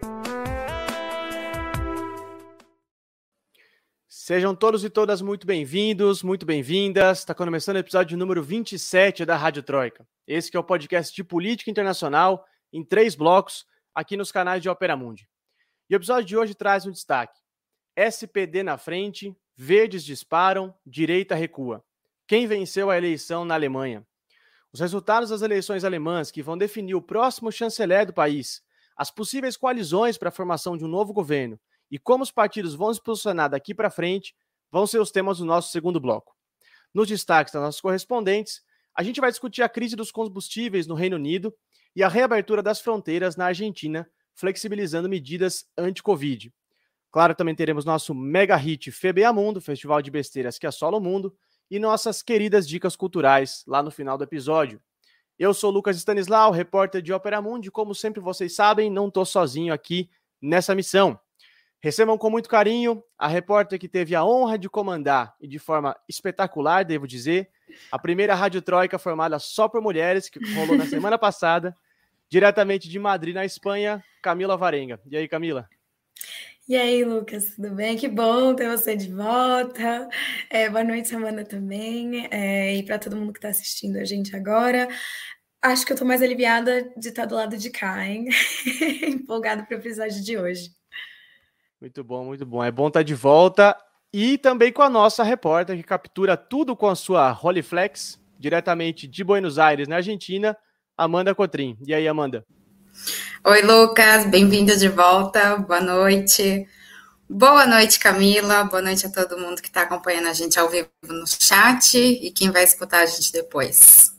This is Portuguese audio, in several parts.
Sejam todos e todas muito bem-vindos, muito bem-vindas. Está começando o episódio número 27 da Rádio Troika. Esse que é o podcast de política internacional em 3 blocos aqui nos canais de Opera Mundi. E o episódio de hoje traz um destaque. SPD na frente, verdes disparam, direita recua. Quem venceu a eleição na Alemanha? Os resultados das eleições alemãs que vão definir o próximo chanceler do país, as possíveis coalizões para a formação de um novo governo e como os partidos vão se posicionar daqui para frente vão ser os temas do nosso segundo bloco. Nos destaques das nossas correspondentes, a gente vai discutir a crise dos combustíveis no Reino Unido e a reabertura das fronteiras na Argentina, flexibilizando medidas anti-Covid. Claro, também teremos nosso mega hit FBA Mundo, festival de besteiras que assola o mundo, e nossas queridas dicas culturais lá no final do episódio. Eu sou Lucas Stanislau, repórter de Opera Mundi, como sempre vocês sabem, não estou sozinho aqui nessa missão. Recebam com muito carinho a repórter que teve a honra de comandar, e de forma espetacular, devo dizer, a primeira Rádio Troika formada só por mulheres, que rolou na semana passada, diretamente de Madrid, na Espanha, Camila Varenga. E aí, Camila? E aí, Lucas, tudo bem? Que bom ter você de volta. Boa noite, Amanda, também. E para todo mundo que está assistindo a gente agora. Acho que eu estou mais aliviada de estar do lado de cá, hein? Empolgada para o episódio de hoje. Muito bom, muito bom. É bom estar de volta e também com a nossa repórter que captura tudo com a sua Rolleiflex, diretamente de Buenos Aires, na Argentina, Amanda Cotrim. E aí, Amanda? Oi, Lucas, bem-vindo de volta, boa noite. Boa noite, Camila, boa noite a todo mundo que está acompanhando a gente ao vivo no chat e quem vai escutar a gente depois.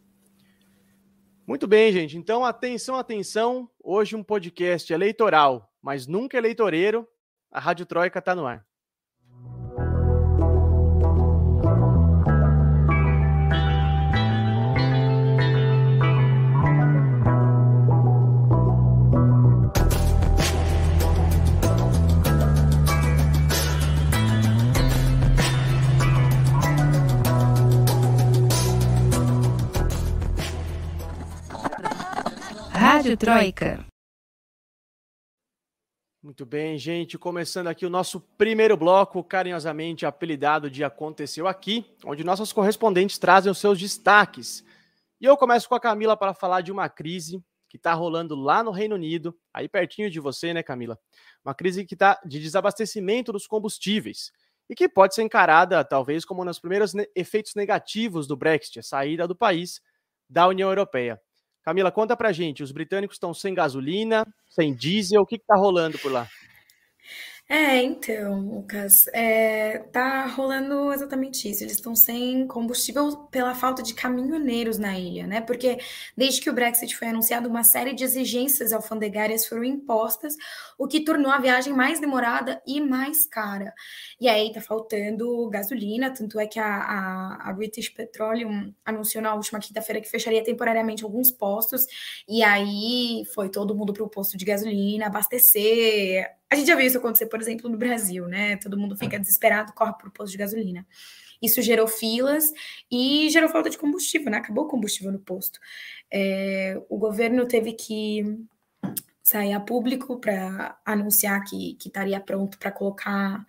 Muito bem, gente. Então, atenção, atenção. Hoje um podcast eleitoral, mas nunca eleitoreiro. A Rádio Troika está no ar. Rádio Troika. Muito bem, gente. Começando aqui o nosso primeiro bloco, carinhosamente apelidado de Aconteceu Aqui, onde nossos correspondentes trazem os seus destaques. E eu começo com a Camila para falar de uma crise que está rolando lá no Reino Unido, aí pertinho de você, né, Camila? Uma crise que está de desabastecimento dos combustíveis e que pode ser encarada, talvez, como um dos primeiros efeitos negativos do Brexit, a saída do país da União Europeia. Camila, conta pra gente, os britânicos estão sem gasolina, sem diesel, o que tá rolando por lá? Então, Lucas, tá rolando exatamente isso. Eles estão sem combustível pela falta de caminhoneiros na ilha, né? Porque desde que o Brexit foi anunciado, uma série de exigências alfandegárias foram impostas, o que tornou a viagem mais demorada e mais cara. E aí tá faltando gasolina, tanto é que a British Petroleum anunciou na última quinta-feira que fecharia temporariamente alguns postos, e aí foi todo mundo para o posto de gasolina abastecer. A gente já viu isso acontecer, por exemplo, no Brasil, né? Todo mundo fica desesperado, corre para o posto de gasolina. Isso gerou filas e gerou falta de combustível, né? Acabou o combustível no posto. O governo teve que sair a público para anunciar que estaria pronto para colocar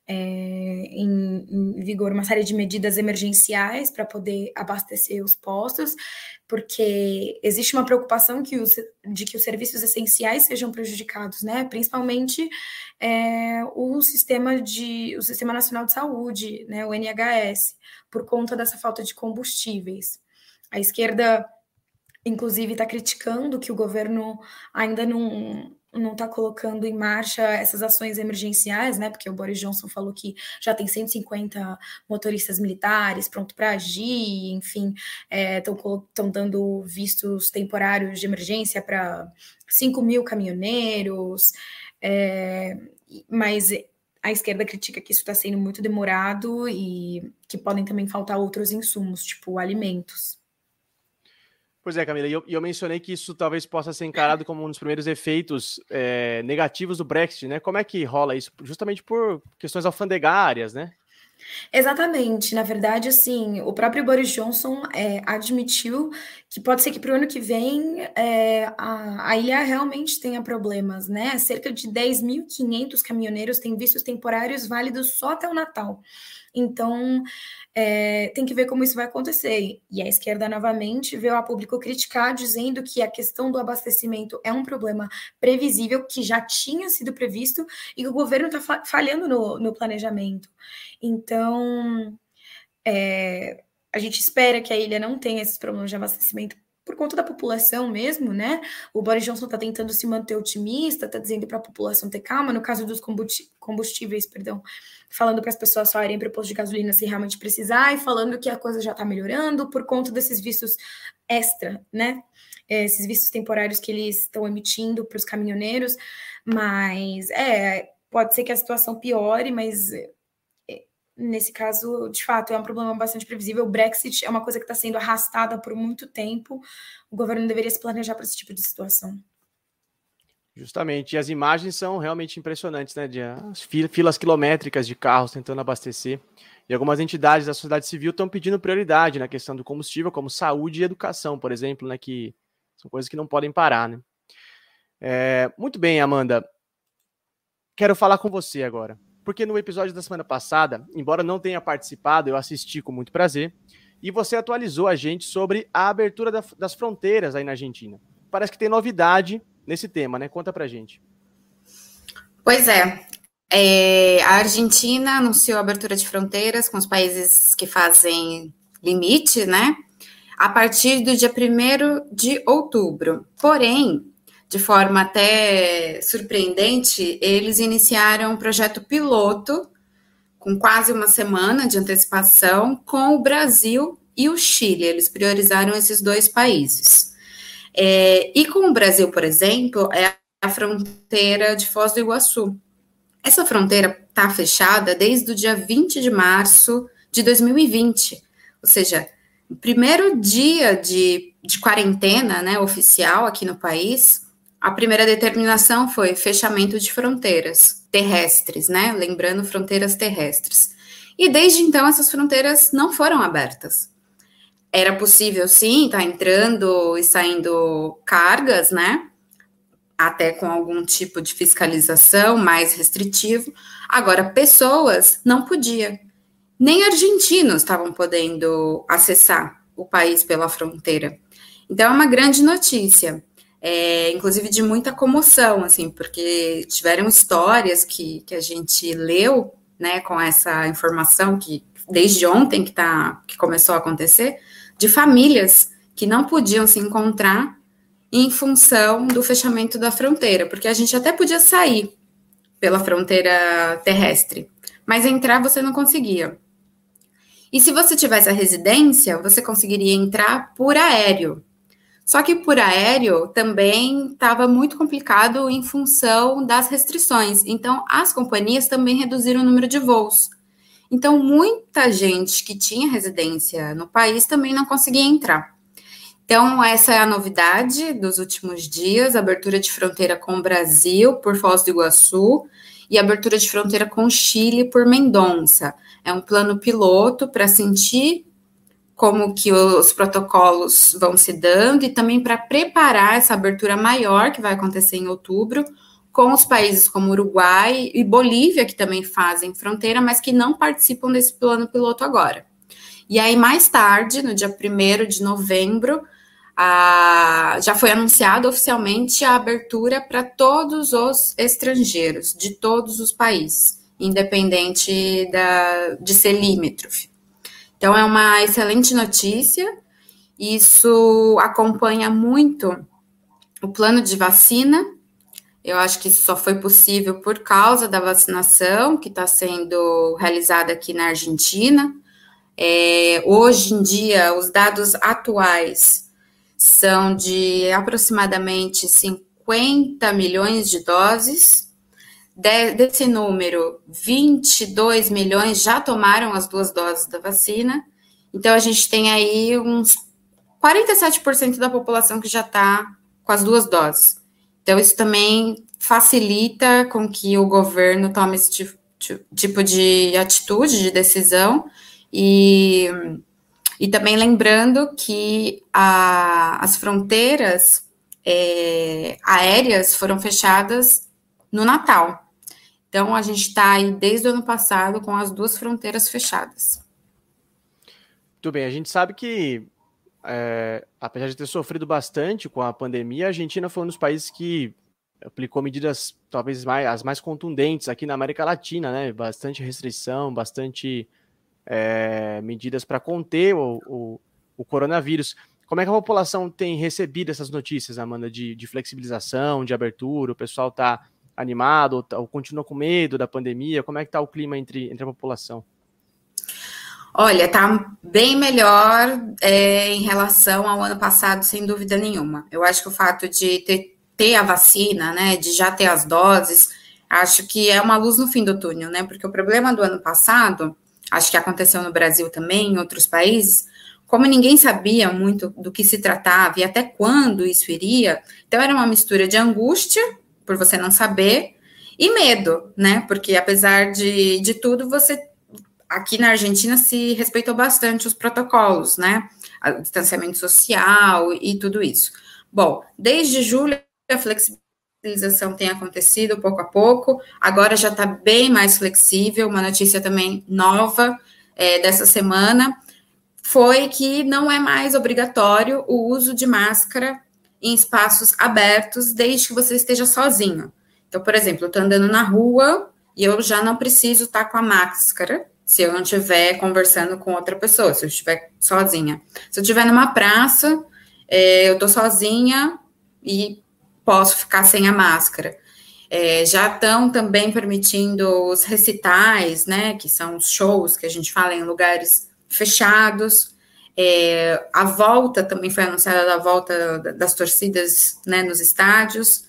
em vigor uma série de medidas emergenciais para poder abastecer os postos, porque existe uma preocupação de que os serviços essenciais sejam prejudicados, né? Principalmente o Sistema Nacional de Saúde, né? O NHS, por conta dessa falta de combustíveis. A esquerda, inclusive, está criticando que o governo ainda não está colocando em marcha essas ações emergenciais, né? Porque o Boris Johnson falou que já tem 150 motoristas militares pronto para agir, enfim, estão dando vistos temporários de emergência para 5 mil caminhoneiros, mas a esquerda critica que isso está sendo muito demorado e que podem também faltar outros insumos, tipo alimentos. Pois é, Camila, e eu mencionei que isso talvez possa ser encarado como um dos primeiros efeitos negativos do Brexit, né? Como é que rola isso? Justamente por questões alfandegárias, né? Exatamente. Na verdade, assim, o próprio Boris Johnson admitiu que pode ser que para o ano que vem a ilha realmente tenha problemas, né? Cerca de 10.500 caminhoneiros têm vistos temporários válidos só até o Natal. Então, tem que ver como isso vai acontecer. E a esquerda, novamente, veio a público criticar, dizendo que a questão do abastecimento é um problema previsível, que já tinha sido previsto, e que o governo está falhando no planejamento. Então, a gente espera que a ilha não tenha esses problemas de abastecimento por conta da população mesmo, né? O Boris Johnson está tentando se manter otimista, está dizendo para a população ter calma, no caso dos combustíveis, falando para as pessoas só irem para o posto de gasolina se realmente precisar, e falando que a coisa já está melhorando por conta desses vistos extra, né? Esses vistos temporários que eles estão emitindo para os caminhoneiros, mas pode ser que a situação piore, mas nesse caso, de fato, é um problema bastante previsível. O Brexit é uma coisa que está sendo arrastada por muito tempo. O governo deveria se planejar para esse tipo de situação. Justamente. E as imagens são realmente impressionantes, né? As filas quilométricas de carros tentando abastecer. E algumas entidades da sociedade civil estão pedindo prioridade na questão do combustível, como saúde e educação, por exemplo, né? Que são coisas que não podem parar, né? Muito bem, Amanda. Quero falar com você agora. Porque no episódio da semana passada, embora não tenha participado, eu assisti com muito prazer, e você atualizou a gente sobre a abertura das fronteiras aí na Argentina. Parece que tem novidade nesse tema, né? Conta pra gente. Pois é. A Argentina anunciou a abertura de fronteiras com os países que fazem limite, né? A partir do dia 1º de outubro. Porém, de forma até surpreendente, eles iniciaram um projeto piloto com quase uma semana de antecipação com o Brasil e o Chile. Eles priorizaram esses dois países. E com o Brasil, por exemplo, é a fronteira de Foz do Iguaçu. Essa fronteira está fechada desde o dia 20 de março de 2020, ou seja, o primeiro dia de quarentena, né, oficial aqui no país. A primeira determinação foi fechamento de fronteiras terrestres, né? Lembrando, fronteiras terrestres. E desde então, essas fronteiras não foram abertas. Era possível, sim, estar entrando e saindo cargas, né? Até com algum tipo de fiscalização mais restritivo. Agora, pessoas não podiam. Nem argentinos estavam podendo acessar o país pela fronteira. Então, é uma grande notícia. Inclusive de muita comoção, assim, porque tiveram histórias que a gente leu, né, com essa informação que desde ontem que começou a acontecer, de famílias que não podiam se encontrar em função do fechamento da fronteira, porque a gente até podia sair pela fronteira terrestre, mas entrar você não conseguia. E se você tivesse a residência, você conseguiria entrar por aéreo. Só que por aéreo também estava muito complicado em função das restrições. Então, as companhias também reduziram o número de voos. Então, muita gente que tinha residência no país também não conseguia entrar. Então, essa é a novidade dos últimos dias, abertura de fronteira com o Brasil por Foz do Iguaçu e abertura de fronteira com o Chile por Mendonça. É um plano piloto para sentir como que os protocolos vão se dando e também para preparar essa abertura maior que vai acontecer em outubro com os países como Uruguai e Bolívia, que também fazem fronteira, mas que não participam desse plano piloto agora. E aí, mais tarde, no dia 1º de novembro, já foi anunciado oficialmente a abertura para todos os estrangeiros de todos os países, independente de ser limítrofe. Então, é uma excelente notícia. Isso acompanha muito o plano de vacina. Eu acho que isso só foi possível por causa da vacinação que está sendo realizada aqui na Argentina. Hoje em dia, os dados atuais são de aproximadamente 50 milhões de doses. Desse número, 22 milhões já tomaram as 2 doses da vacina. Então, a gente tem aí uns 47% da população que já está com as 2 doses. Então, isso também facilita com que o governo tome esse tipo de atitude, de decisão, e também lembrando que as fronteiras aéreas foram fechadas no Natal. Então, a gente está aí desde o ano passado com as 2 fronteiras fechadas. Muito bem, a gente sabe que, apesar de ter sofrido bastante com a pandemia, a Argentina foi um dos países que aplicou medidas talvez as mais contundentes aqui na América Latina, né? Bastante restrição, bastante medidas para conter o coronavírus. Como é que a população tem recebido essas notícias, Amanda, de flexibilização, de abertura? O pessoal está animado ou continua com medo da pandemia? Como é que está o clima entre a população? Olha, tá bem melhor em relação ao ano passado, sem dúvida nenhuma. Eu acho que o fato de ter a vacina, né, de já ter as doses, acho que é uma luz no fim do túnel, né? Porque o problema do ano passado, acho que aconteceu no Brasil também, em outros países, como ninguém sabia muito do que se tratava e até quando isso iria, então era uma mistura de angústia, por você não saber, e medo, né? Porque apesar de tudo, aqui na Argentina se respeitou bastante os protocolos, né? O distanciamento social e tudo isso. Bom, desde julho a flexibilização tem acontecido pouco a pouco, agora já está bem mais flexível. Uma notícia também nova dessa semana foi que não é mais obrigatório o uso de máscara em espaços abertos, desde que você esteja sozinho. Então, por exemplo, eu estou andando na rua e eu já não preciso estar com a máscara se eu não estiver conversando com outra pessoa, se eu estiver sozinha. Se eu estiver numa praça, eu estou sozinha e posso ficar sem a máscara. Já estão também permitindo os recitais, né, que são os shows que a gente fala em lugares fechados. A volta também foi anunciada, a volta das torcidas, né, nos estádios.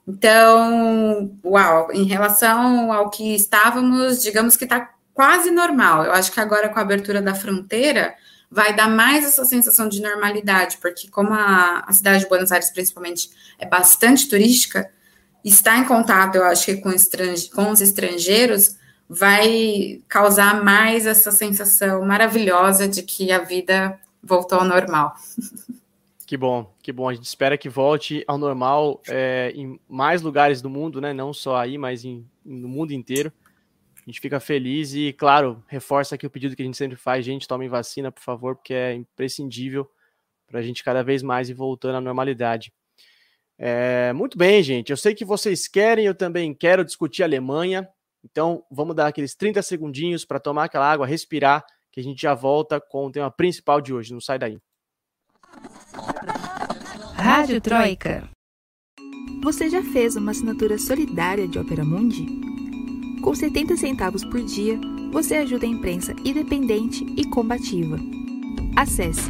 Então, em relação ao que estávamos, digamos que está quase normal. Eu acho que agora com a abertura da fronteira vai dar mais essa sensação de normalidade, porque como a cidade de Buenos Aires, principalmente, é bastante turística, estar em contato, eu acho que com os estrangeiros, vai causar mais essa sensação maravilhosa de que a vida voltou ao normal. Que bom, que bom. A gente espera que volte ao normal em mais lugares do mundo, né? Não só aí, mas no mundo inteiro. A gente fica feliz e, claro, reforça aqui o pedido que a gente sempre faz, gente, tomem vacina, por favor, porque é imprescindível para a gente cada vez mais ir voltando à normalidade. Muito bem, gente. Eu sei que vocês querem, eu também quero discutir a Alemanha, então vamos dar aqueles 30 segundinhos para tomar aquela água, respirar, que a gente já volta com o tema principal de hoje. Não sai daí. Rádio Troika. Você já fez uma assinatura solidária de Opera Mundi? Com 70 centavos por dia, você ajuda a imprensa independente e combativa. Acesse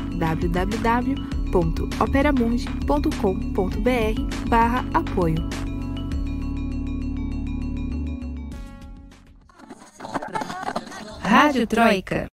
www.operamundi.com.br/apoio. Rádio Troika.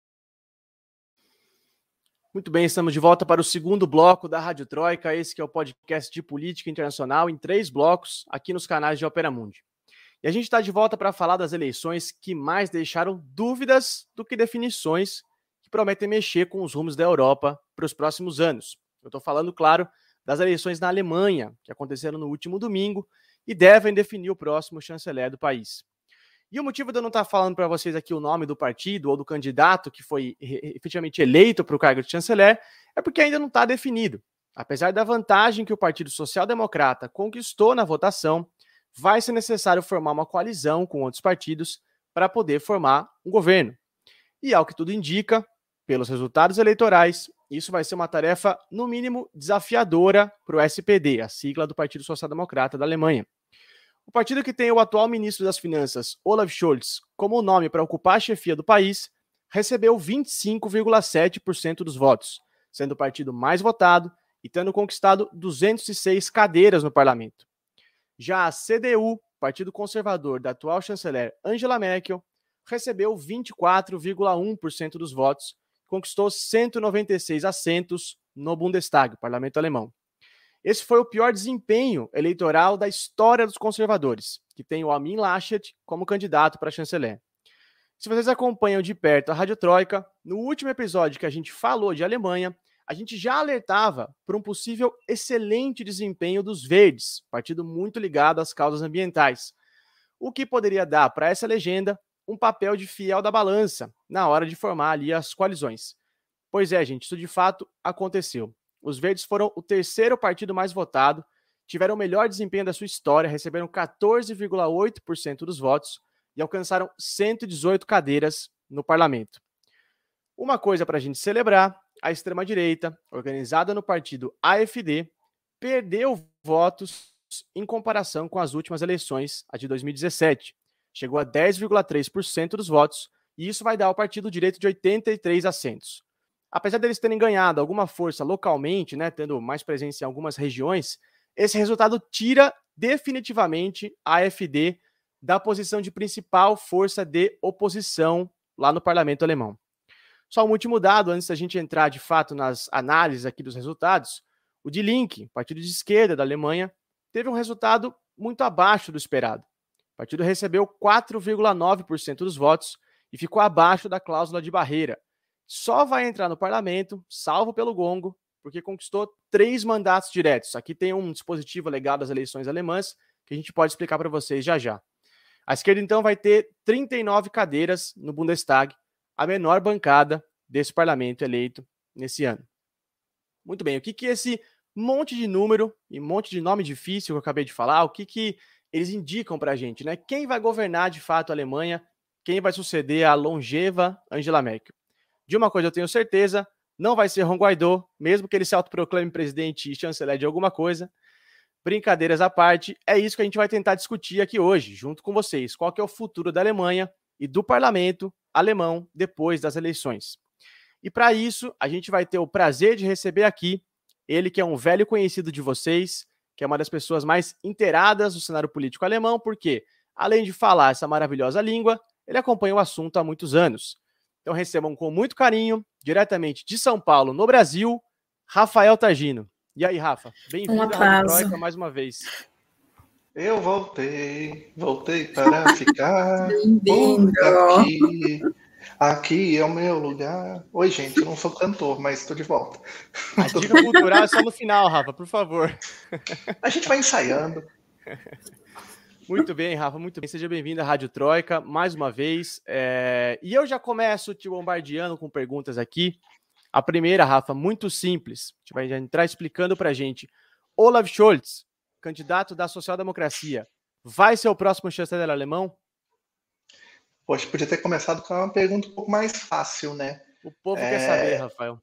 Muito bem, estamos de volta para o segundo bloco da Rádio Troika, esse que é o podcast de política internacional em 3 blocos, aqui nos canais de Opera Mundi. E a gente está de volta para falar das eleições que mais deixaram dúvidas do que definições que prometem mexer com os rumos da Europa para os próximos anos. Eu estou falando, claro, das eleições na Alemanha, que aconteceram no último domingo e devem definir o próximo chanceler do país. E o motivo de eu não estar falando para vocês aqui o nome do partido ou do candidato que foi efetivamente eleito para o cargo de chanceler é porque ainda não está definido. Apesar da vantagem que o Partido Social Democrata conquistou na votação, vai ser necessário formar uma coalizão com outros partidos para poder formar um governo. E ao que tudo indica, pelos resultados eleitorais, isso vai ser uma tarefa, no mínimo, desafiadora para o SPD, a sigla do Partido Social Democrata da Alemanha. O partido que tem o atual ministro das Finanças, Olaf Scholz, como nome para ocupar a chefia do país, recebeu 25,7% dos votos, sendo o partido mais votado e tendo conquistado 206 cadeiras no parlamento. Já a CDU, partido conservador da atual chanceler Angela Merkel, recebeu 24,1% dos votos, conquistou 196 assentos no Bundestag, parlamento alemão. Esse foi o pior desempenho eleitoral da história dos conservadores, que tem o Armin Laschet como candidato para chanceler. Se vocês acompanham de perto a Rádio Troika, no último episódio que a gente falou de Alemanha, a gente já alertava para um possível excelente desempenho dos Verdes, partido muito ligado às causas ambientais, o que poderia dar para essa legenda um papel de fiel da balança na hora de formar ali as coalizões. Pois é, gente, isso de fato aconteceu. Os Verdes foram o terceiro partido mais votado, tiveram o melhor desempenho da sua história, receberam 14,8% dos votos e alcançaram 118 cadeiras no parlamento. Uma coisa para a gente celebrar, a extrema-direita, organizada no partido AfD, perdeu votos em comparação com as últimas eleições, a de 2017. Chegou a 10,3% dos votos, e isso vai dar ao partido o direito de 83 assentos. Apesar deles terem ganhado alguma força localmente, né, tendo mais presença em algumas regiões, esse resultado tira definitivamente a AfD da posição de principal força de oposição lá no parlamento alemão. Só um último dado, antes da gente entrar de fato nas análises aqui dos resultados, o Die Linke, partido de esquerda da Alemanha, teve um resultado muito abaixo do esperado. O partido recebeu 4,9% dos votos e ficou abaixo da cláusula de barreira. Só vai entrar no parlamento, salvo pelo gongo, porque conquistou 3 mandatos diretos. Aqui tem um dispositivo legal das eleições alemãs que a gente pode explicar para vocês já já. A esquerda, então, vai ter 39 cadeiras no Bundestag, a menor bancada desse parlamento eleito nesse ano. Muito bem, o que esse monte de número e monte de nome difícil que eu acabei de falar, o que eles indicam para a gente, né? Quem vai governar de fato a Alemanha, quem vai suceder a longeva Angela Merkel? De uma coisa eu tenho certeza, não vai ser Juan Guaidó, mesmo que ele se autoproclame presidente e chanceler de alguma coisa. Brincadeiras à parte, é isso que a gente vai tentar discutir aqui hoje, junto com vocês. Qual que é o futuro da Alemanha e do parlamento alemão depois das eleições. E para isso, a gente vai ter o prazer de receber aqui ele que é um velho conhecido de vocês, que é uma das pessoas mais inteiradas do cenário político alemão, porque, além de falar essa maravilhosa língua, ele acompanha o assunto há muitos anos. Então recebam com muito carinho, diretamente de São Paulo, no Brasil, Rafael Tagino. E aí, Rafa? Bem-vindo à Rádio Troika mais uma vez. Eu voltei para ficar. Bem-vindo! Aqui é o meu lugar. Oi, gente, eu não sou cantor, mas estou de volta. A dica cultural é só no final, Rafa, por favor. A gente vai ensaiando. Muito bem, Rafa, muito bem. Seja bem-vindo à Rádio Troika, mais uma vez. E eu já começo te bombardeando com perguntas aqui. A primeira, Rafa, muito simples. A gente vai entrar explicando pra gente. Olaf Scholz, candidato da social-democracia, vai ser o próximo chanceler alemão? Poxa, podia ter começado com uma pergunta um pouco mais fácil, né? O povo quer saber, Rafael.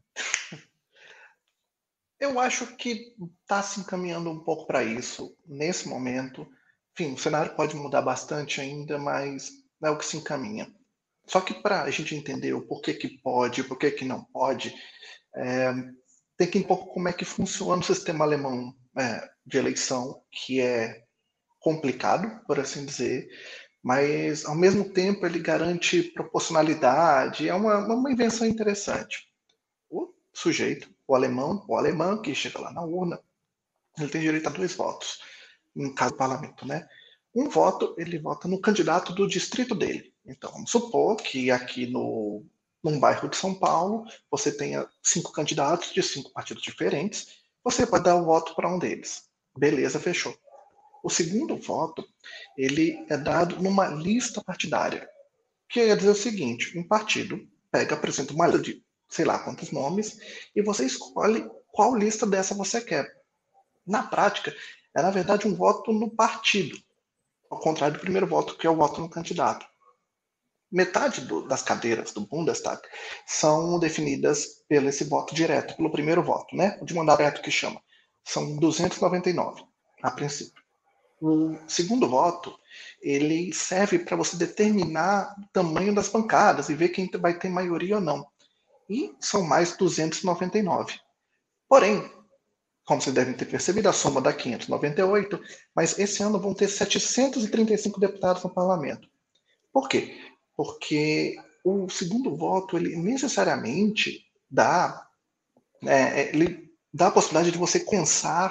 Eu acho que está se encaminhando um pouco para isso, nesse momento. Enfim, o cenário pode mudar bastante ainda, mas é o que se encaminha. Só que para a gente entender o porquê que pode, o porquê que não pode, tem que ir um pouco como é que funciona o sistema alemão de eleição, que é complicado, por assim dizer, mas ao mesmo tempo ele garante proporcionalidade, é uma invenção interessante. O sujeito, o alemão que chega lá na urna, ele tem direito a 2 votos, no caso do parlamento, né? Um voto, ele vota no candidato do distrito dele. Então, vamos supor que aqui num bairro de São Paulo, você tenha 5 candidatos de 5 partidos diferentes, você pode dar o voto para um deles. Beleza, fechou. O segundo voto, ele é dado numa lista partidária. Que quer dizer o seguinte, um partido apresenta uma lista de sei lá quantos nomes, e você escolhe qual lista dessa você quer. Na prática, é na verdade um voto no partido, ao contrário do primeiro voto, que é o voto no candidato. Metade das cadeiras do Bundestag são definidas pelo esse voto direto, pelo primeiro voto, né? O de mandato direto que chama. São 299, a princípio. O segundo voto, ele serve para você determinar o tamanho das bancadas e ver quem vai ter maioria ou não. E são mais 299. Porém, como vocês devem ter percebido, a soma dá 598, mas esse ano vão ter 735 deputados no parlamento. Por quê? Porque o segundo voto, ele necessariamente dá a possibilidade de você pensar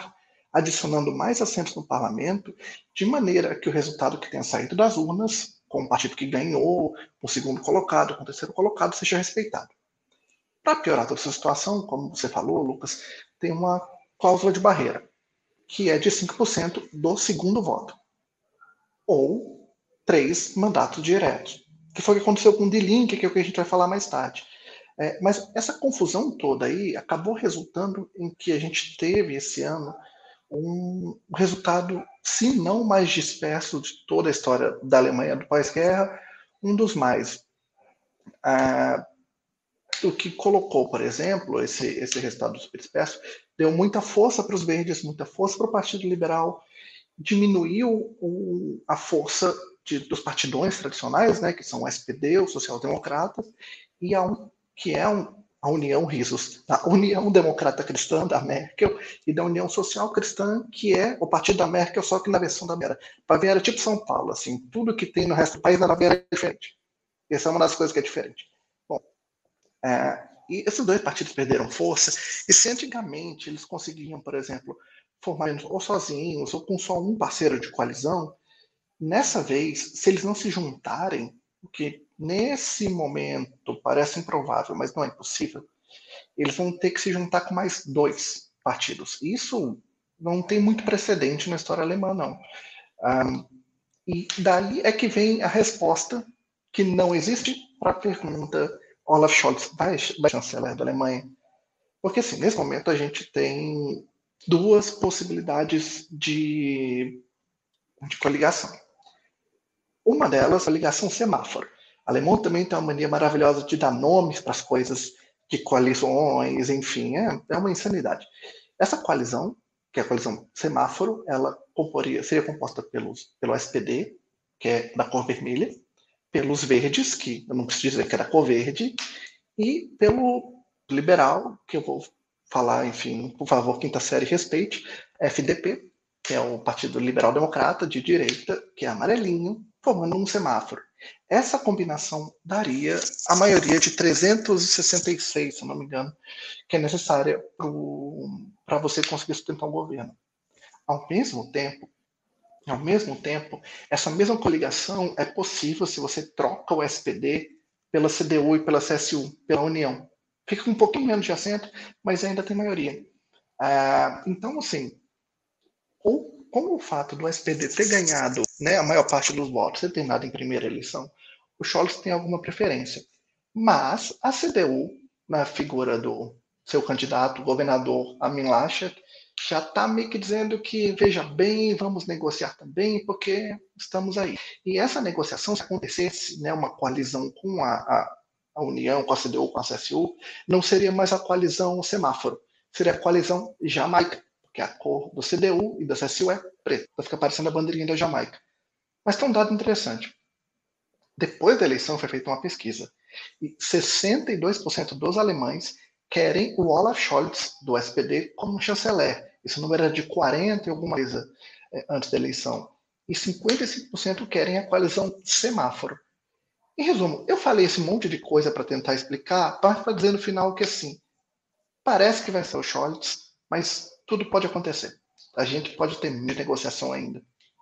adicionando mais assentos no parlamento, de maneira que o resultado que tenha saído das urnas, com o partido que ganhou, o segundo colocado, com o terceiro colocado, seja respeitado. Para piorar toda essa situação, como você falou, Lucas, tem uma cláusula de barreira, que é de 5% do segundo voto, ou 3 mandatos diretos, que foi o que aconteceu com o D-Link, que é o que a gente vai falar mais tarde. Mas essa confusão toda aí acabou resultando em que a gente teve esse ano um resultado, se não mais disperso de toda a história da Alemanha do pós-guerra, um dos mais. O que colocou, por exemplo, esse resultado super disperso, deu muita força para os verdes, muita força para o Partido Liberal, diminuiu a força dos partidões tradicionais, né, que são o SPD, os social-democratas, e que é a União Risos, a União Democrata Cristã da Merkel e da União Social Cristã, que é o partido da Merkel, só que na versão da Baviera. Baviera é tipo São Paulo, assim, tudo que tem no resto do país da Baviera é diferente. Essa é uma das coisas que é diferente. Bom, e esses dois partidos perderam força, e se antigamente eles conseguiam, por exemplo, formar ou sozinhos ou com só um parceiro de coalizão, nessa vez, se eles não se juntarem, o que nesse momento parece improvável, mas não é impossível, eles vão ter que se juntar com mais 2 partidos. Isso não tem muito precedente na história alemã, não. E daí é que vem a resposta que não existe para a pergunta Olaf Scholz vai chanceler da Alemanha. Porque, assim, nesse momento a gente tem 2 possibilidades de coligação. Uma delas é a ligação semáforo. O alemão também tem uma mania maravilhosa de dar nomes para as coisas, de coalizões, enfim, é uma insanidade. Essa coalizão, que é a coalizão semáforo, ela seria composta pelo SPD, que é da cor vermelha, pelos verdes, que eu não preciso dizer que é da cor verde, e pelo liberal, que eu vou falar, enfim, por favor, quinta série, respeite, FDP, que é o Partido Liberal Democrata de direita, que é amarelinho, formando um semáforo. Essa combinação daria a maioria de 366, se não me engano, que é necessária para você conseguir sustentar um governo. Ao mesmo tempo, essa mesma coligação é possível se você troca o SPD pela CDU e pela CSU, pela União. Fica com um pouquinho menos de assento, mas ainda tem maioria. Então, assim, como o fato do SPD ter ganhado, né, a maior parte dos votos, ter terminado em primeira eleição, o Scholz tem alguma preferência. Mas a CDU, na figura do seu candidato, o governador Armin Laschet, já está meio que dizendo que, veja bem, vamos negociar também, porque estamos aí. E essa negociação, se acontecesse, né, uma coalizão com a União, com a CDU, com a CSU, não seria mais a coalizão semáforo, seria a coalizão Jamaica, porque a cor do CDU e da CSU é preta, então fica parecendo a bandeirinha da Jamaica. Mas tem um dado interessante. Depois da eleição foi feita uma pesquisa, e 62% dos alemães querem o Olaf Scholz, do SPD, como chanceler. Esse número era de 40 e alguma coisa antes da eleição. E 55% querem a coalizão semáforo. Em resumo, eu falei esse monte de coisa para tentar explicar, para dizer no final que, assim, parece que vai ser o Scholz, mas tudo pode acontecer. A gente pode ter negociação ainda.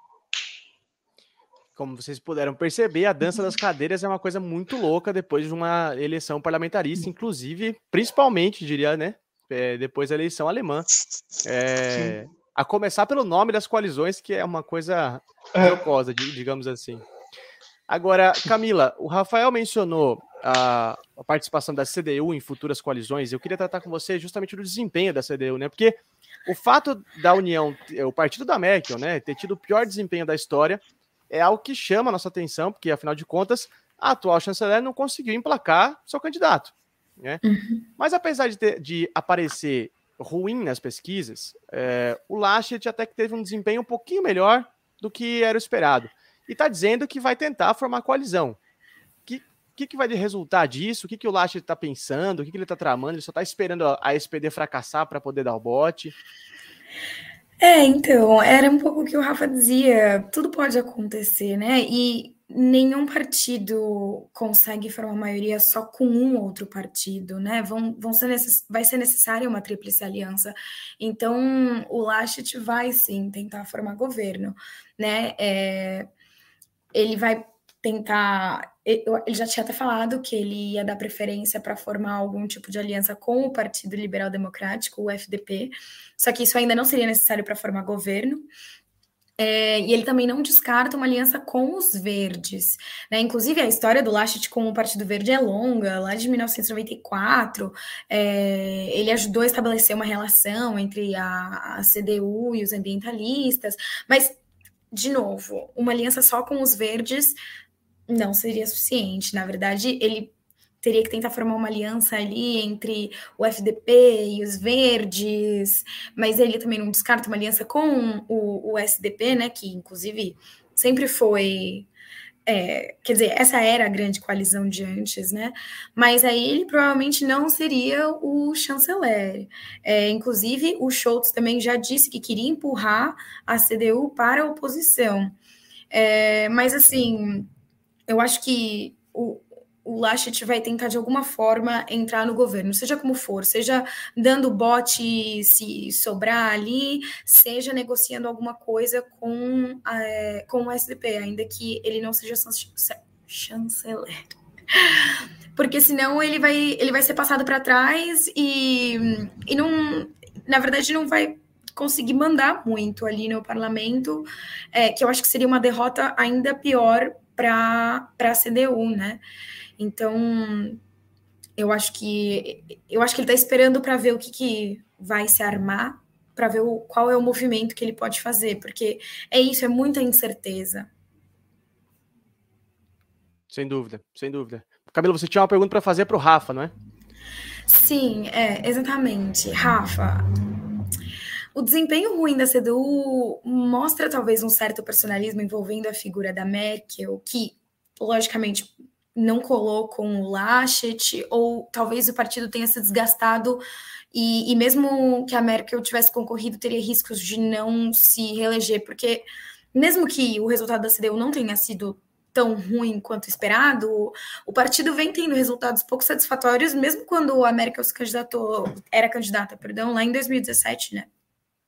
Como vocês puderam perceber, a dança das cadeiras é uma coisa muito louca depois de uma eleição parlamentarista, inclusive, principalmente, diria, né, depois da eleição alemã. A começar pelo nome das coalizões, que é uma coisa jocosa, digamos assim. Agora, Camila, o Rafael mencionou a participação da CDU em futuras coalizões. Eu queria tratar com você justamente do desempenho da CDU, né? Porque o fato da União, o partido da Merkel, né, ter tido o pior desempenho da história é algo que chama a nossa atenção, porque, afinal de contas, a atual chanceler não conseguiu emplacar seu candidato, né? Mas, apesar de aparecer ruim nas pesquisas, o Laschet até que teve um desempenho um pouquinho melhor do que era esperado. E está dizendo que vai tentar formar coalizão. O que vai resultar disso? O que o Laschet está pensando? O que ele está tramando? Ele só está esperando a SPD fracassar para poder dar o bote? Então, era um pouco o que o Rafa dizia, tudo pode acontecer, né? E nenhum partido consegue formar maioria só com um outro partido, né? Vai ser necessária uma tríplice aliança. Então, o Laschet vai sim tentar formar governo, né? Ele vai tentar. Ele já tinha até falado que ele ia dar preferência para formar algum tipo de aliança com o Partido Liberal Democrático, o FDP, só que isso ainda não seria necessário para formar governo. E ele também não descarta uma aliança com os verdes, né? Inclusive, a história do Laschet com o Partido Verde é longa, lá de 1994. Ele ajudou a estabelecer uma relação entre a CDU e os ambientalistas, mas, de novo, uma aliança só com os verdes não seria suficiente. Na verdade, ele teria que tentar formar uma aliança ali entre o FDP e os verdes, mas ele também não descarta uma aliança com o SDP, né, que inclusive sempre foi... quer dizer, essa era a grande coalizão de antes, né? Mas aí ele provavelmente não seria o chanceler. Inclusive, o Scholz também já disse que queria empurrar a CDU para a oposição. Mas, assim, eu acho que o Laschet vai tentar, de alguma forma, entrar no governo, seja como for, seja dando bote se sobrar ali, seja negociando alguma coisa com o SDP, ainda que ele não seja chanceler. Porque senão ele vai ser passado para trás e não, na verdade, não vai conseguir mandar muito ali no parlamento, que eu acho que seria uma derrota ainda pior para a CDU, né? Então, eu acho que ele está esperando para ver o que vai se armar, para ver qual é o movimento que ele pode fazer, porque é muita incerteza. Sem dúvida, sem dúvida. Camila, você tinha uma pergunta para fazer para o Rafa, não é? Sim, exatamente. Rafa, o desempenho ruim da CDU mostra talvez um certo personalismo envolvendo a figura da Merkel, que, logicamente, não colou com o Laschet, ou talvez o partido tenha se desgastado e mesmo que a Merkel tivesse concorrido, teria riscos de não se reeleger, porque mesmo que o resultado da CDU não tenha sido tão ruim quanto esperado, o partido vem tendo resultados pouco satisfatórios, mesmo quando a Merkel era candidata, lá em 2017, né?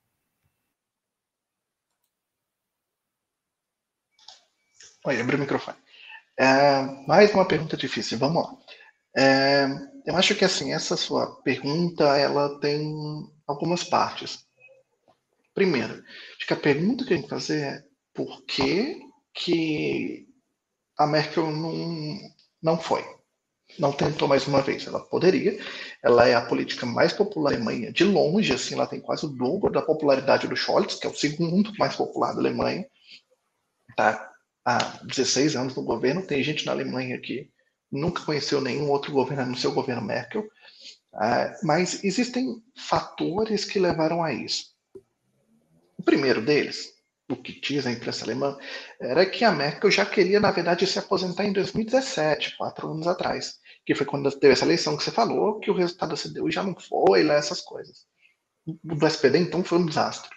Oi, abre o microfone. Mais uma pergunta difícil, vamos lá. Eu acho que assim, essa sua pergunta ela tem algumas partes. Primeiro, acho que a pergunta que a gente tem que fazer é por que a Merkel não foi? Não tentou mais uma vez. Ela poderia. Ela é a política mais popular da Alemanha, de longe, assim, ela tem quase o dobro da popularidade do Scholz, que é o segundo mais popular da Alemanha. Tá há 16 anos no governo. Tem gente na Alemanha que nunca conheceu nenhum outro governo no seu governo Merkel. Mas existem fatores que levaram a isso. O primeiro deles, o que diz a imprensa alemã, era que a Merkel já queria, na verdade, se aposentar em 2017, 4 anos atrás, que foi quando teve essa eleição que você falou, que o resultado da CDU já não foi lá, essas coisas. O do SPD, então, foi um desastre.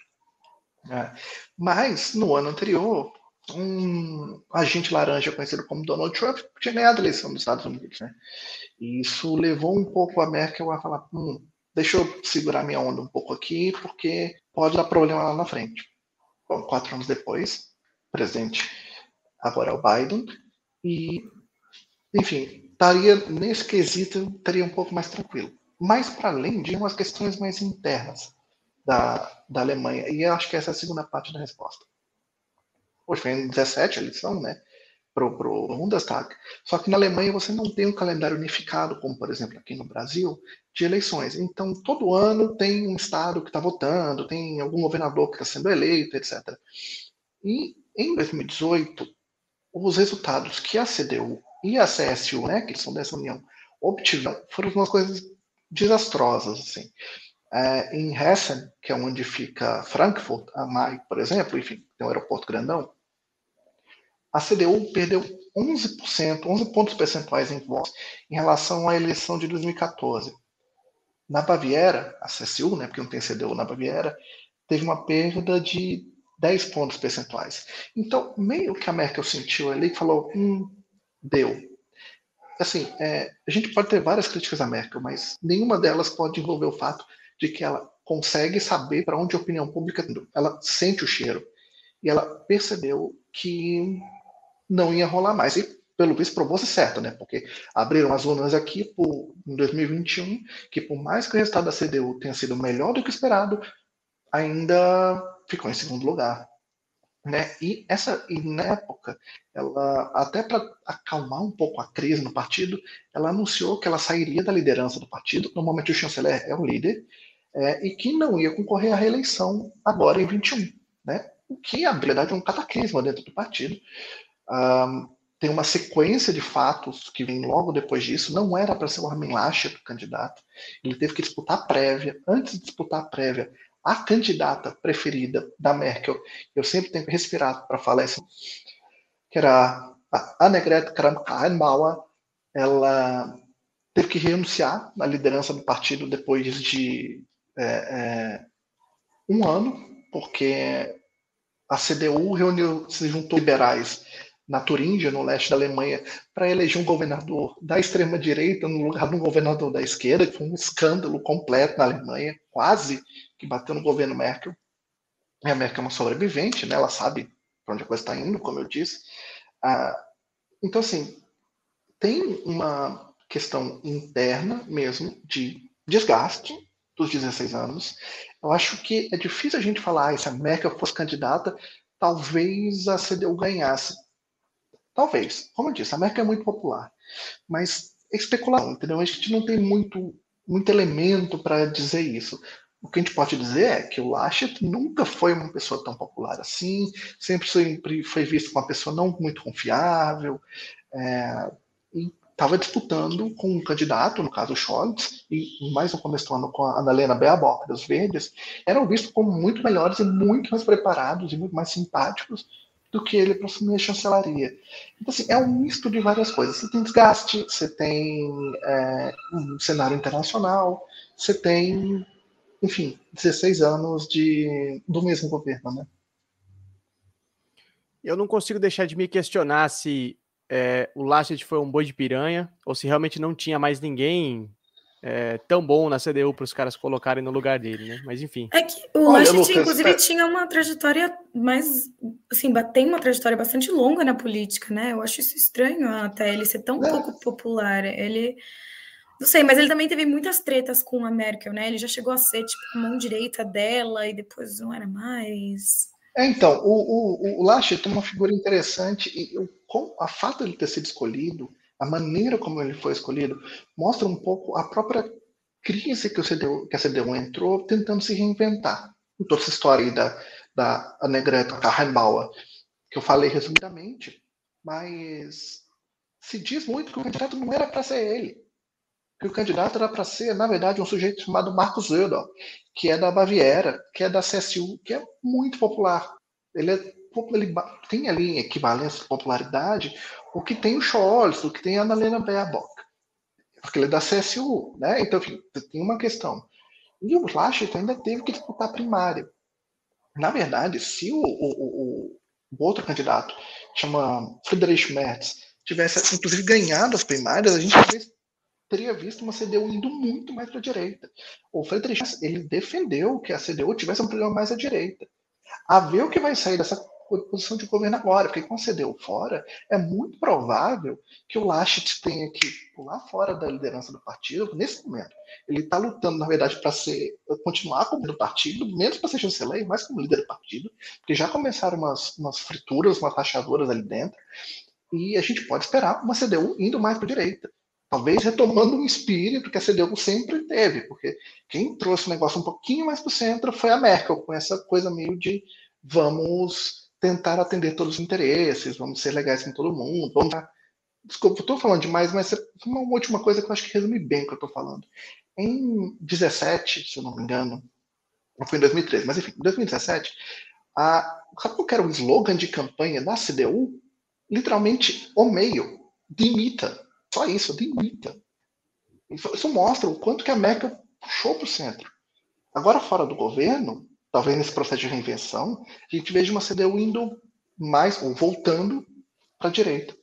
Mas, no ano anterior, um agente laranja conhecido como Donald Trump tinha ganhado a eleição dos Estados Unidos, né? E isso levou um pouco a Merkel a falar, deixa eu segurar minha onda um pouco aqui, porque pode dar problema lá na frente. Bom, 4 anos depois, o presidente agora é o Biden, e, enfim, estaria nesse quesito, estaria um pouco mais tranquilo. Mas, para além de umas questões mais internas da Alemanha, e eu acho que essa é a segunda parte da resposta. Hoje foi em 17 a eleição, né? Pro Bundestag. Só que na Alemanha você não tem um calendário unificado, como por exemplo aqui no Brasil, de eleições. Então todo ano tem um estado que está votando, tem algum governador que está sendo eleito, etc. E em 2018, os resultados que a CDU e a CSU, né, que são dessa união, obtiveram foram umas coisas desastrosas, assim. Em Hessen, que é onde fica Frankfurt am Main, por exemplo, enfim, tem um aeroporto grandão, a CDU perdeu 11 pontos percentuais em votos em relação à eleição de 2014. Na Baviera, a CSU, né, porque não tem CDU na Baviera, teve uma perda de 10 pontos percentuais. Então, meio que a Merkel sentiu ali e falou, deu. Assim, a gente pode ter várias críticas à Merkel, mas nenhuma delas pode envolver o fato de que ela consegue saber para onde a opinião pública está indo. Ela sente o cheiro. E ela percebeu que não ia rolar mais. E, pelo visto, provou-se certo, né? Porque abriram as urnas aqui em 2021, que por mais que o resultado da CDU tenha sido melhor do que esperado, ainda ficou em segundo lugar. Né? E na época, ela, até para acalmar um pouco a crise no partido, ela anunciou que ela sairia da liderança do partido. Normalmente o chanceler é o líder, e que não ia concorrer à reeleição agora em 21. Né? O que, na verdade, é um cataclisma dentro do partido. Tem uma sequência de fatos que vem logo depois disso. Não era para ser o Armin Laschet o candidato. Ele teve que disputar a prévia. Antes de disputar a prévia, a candidata preferida da Merkel, eu sempre tenho que respirar para falar isso, que era a Annegret Kramp-Karrenbauer. Ela teve que renunciar na liderança do partido depois de um ano, porque a CDU se juntou liberais na Turíngia, no leste da Alemanha, para eleger um governador da extrema-direita no lugar de um governador da esquerda, que foi um escândalo completo na Alemanha, quase que bateu no governo Merkel. E a Merkel é uma sobrevivente, né? Ela sabe para onde a coisa está indo, como eu disse. Então, assim, tem uma questão interna mesmo de desgaste dos 16 anos. Eu acho que é difícil a gente falar, se a Merkel fosse candidata, talvez a CDU ganhasse. Talvez. Como eu disse, a Merkel é muito popular. Mas é especulação, entendeu? A gente não tem muito elemento para dizer isso. O que a gente pode dizer é que o Laschet nunca foi uma pessoa tão popular assim, sempre foi visto como uma pessoa não muito confiável, e estava disputando com um candidato, no caso o Scholz, e mais no começo do ano com a Annalena Baerbock, dos Verdes, eram vistos como muito melhores e muito mais preparados e muito mais simpáticos do que ele para assumir a chancelaria. Então, assim, é um misto de várias coisas. Você tem desgaste, você tem um cenário internacional, você tem, enfim, 16 anos do mesmo governo, né? Eu não consigo deixar de me questionar se o Laschet foi um boi de piranha, ou se realmente não tinha mais ninguém tão bom na CDU para os caras colocarem no lugar dele, né? Mas enfim. É que o Laschet, inclusive, tinha uma trajetória mais, assim, tem uma trajetória bastante longa na política, né? Eu acho isso estranho até ele ser tão pouco popular. Ele, não sei, mas ele também teve muitas tretas com a Merkel, né? Ele já chegou a ser, tipo, mão direita dela e depois não era mais. Então, o Laschet é uma figura interessante e a fato de ele ter sido escolhido, a maneira como ele foi escolhido, mostra um pouco a própria crise que a CDU entrou tentando se reinventar. Toda essa história aí da Annegret Kramp-Karrenbauer, que eu falei resumidamente, mas se diz muito que o candidato não era para ser ele. Que o candidato era para ser, na verdade, um sujeito chamado Markus Söder, que é da Baviera, que é da CSU, que é muito popular. Ele tem ali em equivalência de popularidade o que tem o Scholz, o que tem a Annalena Baerbock, porque ele é da CSU, né? Então, enfim, tem uma questão. E o Laschet ainda teve que disputar a primária. Na verdade, se o outro candidato, chama Friedrich Merz, tivesse, inclusive, ganhado as primárias, a gente teria visto uma CDU indo muito mais para a direita. O Friedrich Merz, ele defendeu que a CDU tivesse um programa mais à direita. A ver o que vai sair dessa posição de governo agora, porque com a CDU fora, é muito provável que o Laschet tenha que pular fora da liderança do partido nesse momento. Ele está lutando, na verdade, para continuar como líder do partido, menos para ser chanceler, mais como líder do partido, porque já começaram umas frituras, umas rachaduras ali dentro, e a gente pode esperar uma CDU indo mais para a direita. Talvez retomando um espírito que a CDU sempre teve, porque quem trouxe o negócio um pouquinho mais para o centro foi a Merkel, com essa coisa meio de vamos tentar atender todos os interesses, vamos ser legais com todo mundo, Desculpa, estou falando demais, mas uma última coisa que eu acho que resume bem o que eu estou falando. Em 2017, se eu não me engano, não foi em 2013, mas enfim, em 2017, sabe qual era o slogan de campanha da CDU? Literalmente, o meio, dimita. Só isso, demita. Isso mostra o quanto que a Merkel puxou para o centro. Agora, fora do governo, talvez nesse processo de reinvenção, a gente veja uma CDU indo mais, ou voltando para a direita.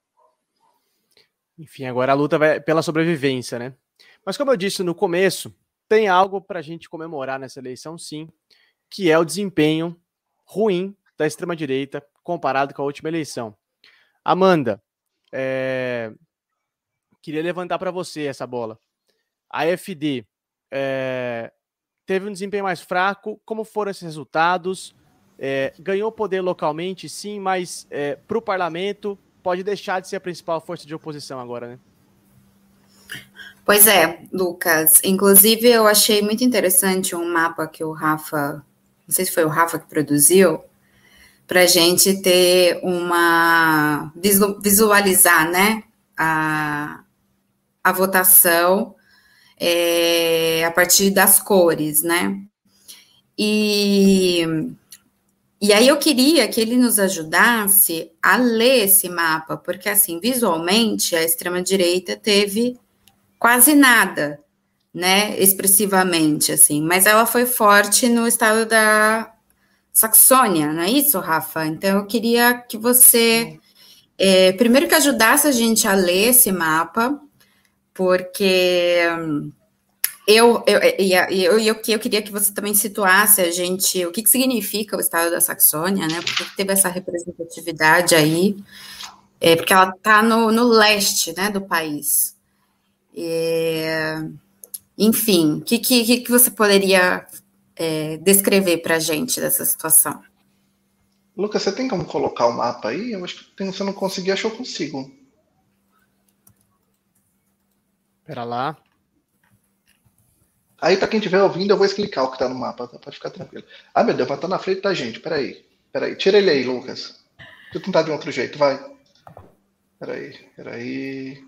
Enfim, agora a luta vai pela sobrevivência, né? Mas como eu disse no começo, tem algo para a gente comemorar nessa eleição, sim, que é o desempenho ruim da extrema-direita comparado com a última eleição. Amanda, queria levantar para você essa bola. A AfD teve um desempenho mais fraco. Como foram esses resultados? Ganhou poder localmente, sim, mas para o parlamento pode deixar de ser a principal força de oposição agora, né? Pois é, Lucas. Inclusive, eu achei muito interessante um mapa que o Rafa, não sei se foi o Rafa que produziu, para a gente ter visualizar, né, a votação a partir das cores, né? E aí eu queria que ele nos ajudasse a ler esse mapa, porque, assim, visualmente, a extrema-direita teve quase nada, né, expressivamente, assim, mas ela foi forte no estado da Saxônia, não é isso, Rafa? Então, eu queria que você, primeiro que ajudasse a gente a ler esse mapa, porque eu queria que você também situasse a gente o que significa o estado da Saxônia, né? Porque teve essa representatividade aí, porque ela está no leste, né, do país. Enfim, o que você poderia descrever para a gente dessa situação? Lucas, você tem como colocar o mapa aí? Eu acho que se eu não conseguir, acho que eu consigo. Pera lá. Aí, para quem estiver ouvindo, eu vou explicar o que está no mapa, tá? Pode ficar tranquilo. Ah, meu Deus, mas tá na frente da gente. Peraí. Tira ele aí, Lucas. Deixa eu tentar de um outro jeito, vai. Peraí.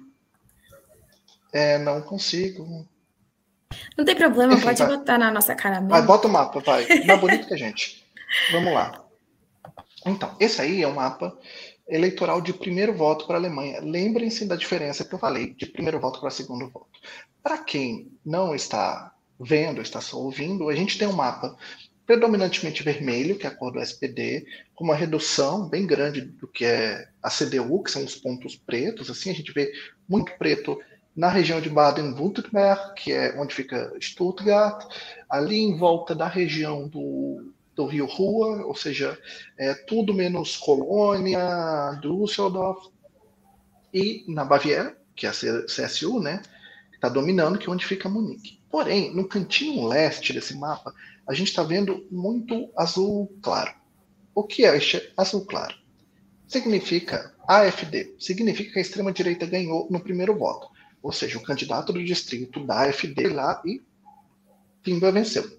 Não consigo. Não tem problema, Enfim, pode vai. botar na nossa cara mesmo. Vai, bota o mapa, vai. Mais bonito que a gente. Vamos lá. Então, esse aí é o mapa eleitoral de primeiro voto para a Alemanha. Lembrem-se da diferença que eu falei, de primeiro voto para segundo voto. Para quem não está vendo, está só ouvindo, a gente tem um mapa predominantemente vermelho, que é a cor do SPD, com uma redução bem grande do que é a CDU, que são os pontos pretos. Assim, a gente vê muito preto na região de Baden-Württemberg, que é onde fica Stuttgart, ali em volta da região do Rio Ruhr, ou seja, tudo menos Colônia, Düsseldorf, e na Baviera, que é a CSU, né, que está dominando, que é onde fica Munique. Porém, no cantinho leste desse mapa, a gente está vendo muito azul claro. O que é este azul claro? Significa AfD, significa que a extrema-direita ganhou no primeiro voto, ou seja, o candidato do distrito da AfD lá e Pimba venceu.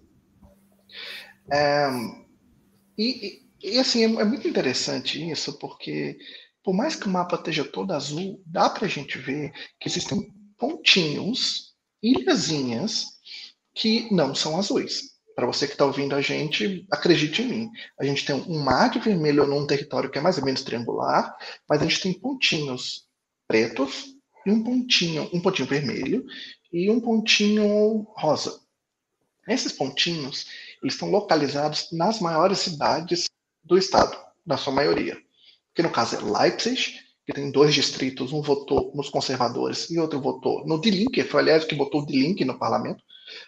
E assim, é muito interessante isso, porque por mais que o mapa esteja todo azul, dá para a gente ver que existem pontinhos, ilhazinhas, que não são azuis. Para você que está ouvindo a gente, acredite em mim. A gente tem um mar de vermelho num território que é mais ou menos triangular, mas a gente tem pontinhos pretos e um pontinho vermelho e um pontinho rosa. Esses pontinhos, eles estão localizados nas maiores cidades do estado, na sua maioria. Que no caso é Leipzig, que tem 2 distritos, um votou nos conservadores e outro votou no Die Linke, foi aliás que votou o Die Linke no parlamento.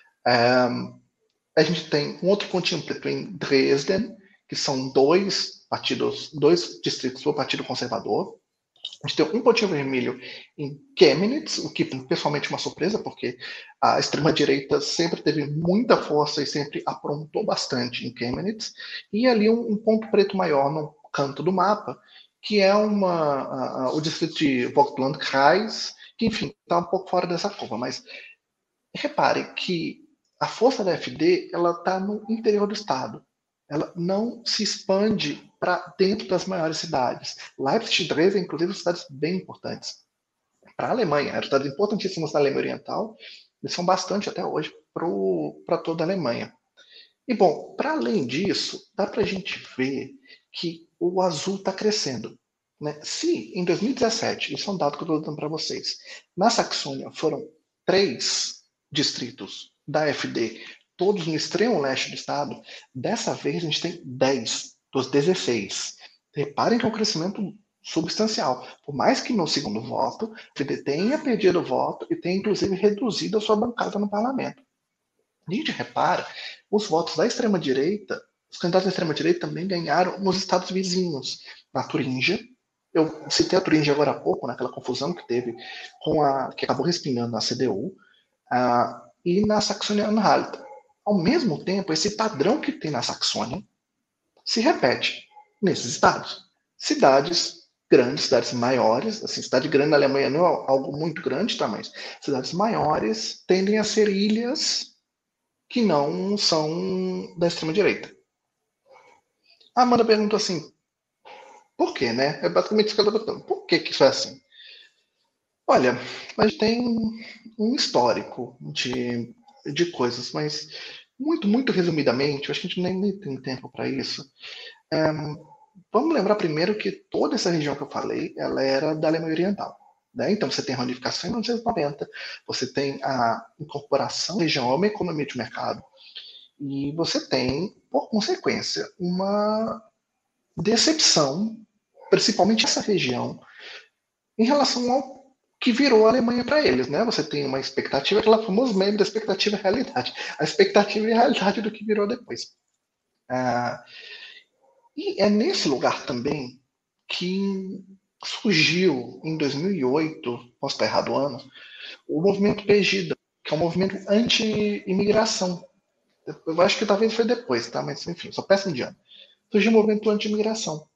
A gente tem um outro pontinho preto em Dresden, que são 2 distritos do Partido Conservador. A gente tem um pontinho vermelho em Chemnitz, o que pessoalmente é uma surpresa, porque a extrema-direita sempre teve muita força e sempre aprontou bastante em Chemnitz. E ali um ponto preto maior no canto do mapa, que é o distrito de Vogtlandkreis, que, enfim, está um pouco fora dessa curva. Mas repare que a força da AfD está no interior do estado. Ela não se expande para dentro das maiores cidades. Leipzig e Dresden, inclusive, são cidades bem importantes. Para a Alemanha, eram cidades importantíssimas na Alemanha Oriental, e são bastante até hoje para toda a Alemanha. E, bom, para além disso, dá para a gente ver que o azul está crescendo. Né? Se em 2017, isso é um dado que eu estou dando para vocês, na Saxônia foram 3 distritos da AfD todos no extremo leste do estado. Dessa vez, a gente tem 10 dos 16. Reparem que é um crescimento substancial. Por mais que no segundo voto, o FD tenha perdido o voto e tenha, inclusive, reduzido a sua bancada no parlamento. A gente repara, os votos da extrema-direita, os candidatos da extrema-direita também ganharam nos estados vizinhos. Na Turíngia, eu citei a Turíngia agora há pouco, naquela confusão que teve que acabou respingando na CDU, e na Saxônia-Anhalt. Ao mesmo tempo, esse padrão que tem na Saxônia se repete nesses estados. Cidades grandes, cidades maiores, assim, cidade grande na Alemanha não é algo muito grande, tá? Mas cidades maiores tendem a ser ilhas que não são da extrema-direita. A Amanda perguntou assim, por quê, né? É basicamente isso que ela está perguntando. Por que isso é assim? Olha, a gente tem um histórico de coisas, mas muito resumidamente, eu acho que a gente nem tem tempo para isso. Vamos lembrar primeiro que toda essa região que eu falei, ela era da Alemanha Oriental. Né? Então você tem a reunificação em 1990, você tem a incorporação da região a uma economia de mercado, e você tem, por consequência, uma decepção, principalmente essa região, em relação ao que virou a Alemanha para eles. Né? Você tem uma expectativa, aquela famosa meme da expectativa e realidade. A expectativa e a realidade do que virou depois. E é nesse lugar também que surgiu, em 2008, posso estar errado o ano, o movimento Pegida, que é um movimento anti-imigração. Eu acho que talvez foi depois, tá? Mas enfim, só peço um dia. Surgiu o movimento anti-imigração.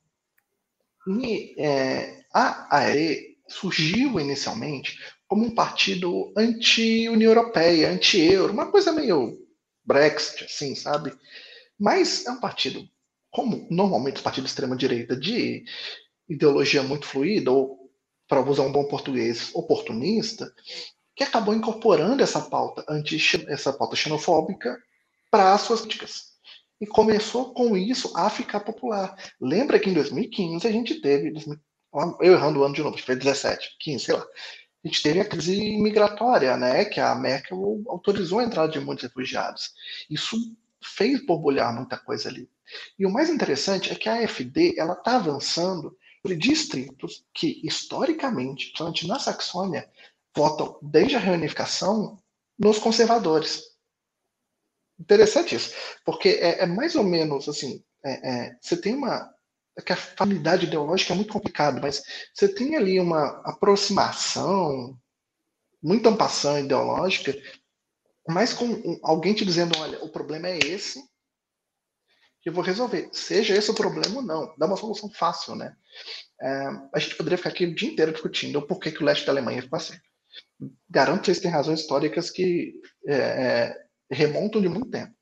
E a AED surgiu inicialmente como um partido anti-União Europeia, anti-Euro, uma coisa meio Brexit, assim, sabe? Mas é um partido, como normalmente os partidos de extrema-direita, de ideologia muito fluida, ou, para usar um bom português, oportunista, que acabou incorporando essa pauta xenofóbica para as suas políticas. E começou com isso a ficar popular. Lembra que em 2015 a gente teve, eu errando o ano de novo, acho que foi 17, 15, sei lá, a gente teve a crise migratória, né, que a Merkel autorizou a entrada de muitos refugiados. Isso fez borbulhar muita coisa ali. E o mais interessante é que a AfD está avançando por distritos que, historicamente, principalmente na Saxônia, votam desde a reunificação nos conservadores. Interessante isso, porque é mais ou menos assim, você tem uma... É que a familiaridade ideológica é muito complicado, mas você tem ali uma aproximação, muita ampação ideológica, mas com alguém te dizendo, olha, o problema é esse, que eu vou resolver. Seja esse o problema ou não. Dá uma solução fácil, né? A gente poderia ficar aqui o dia inteiro discutindo o porquê que o leste da Alemanha ficou assim. Garanto que vocês têm razões históricas que remontam de muito tempo.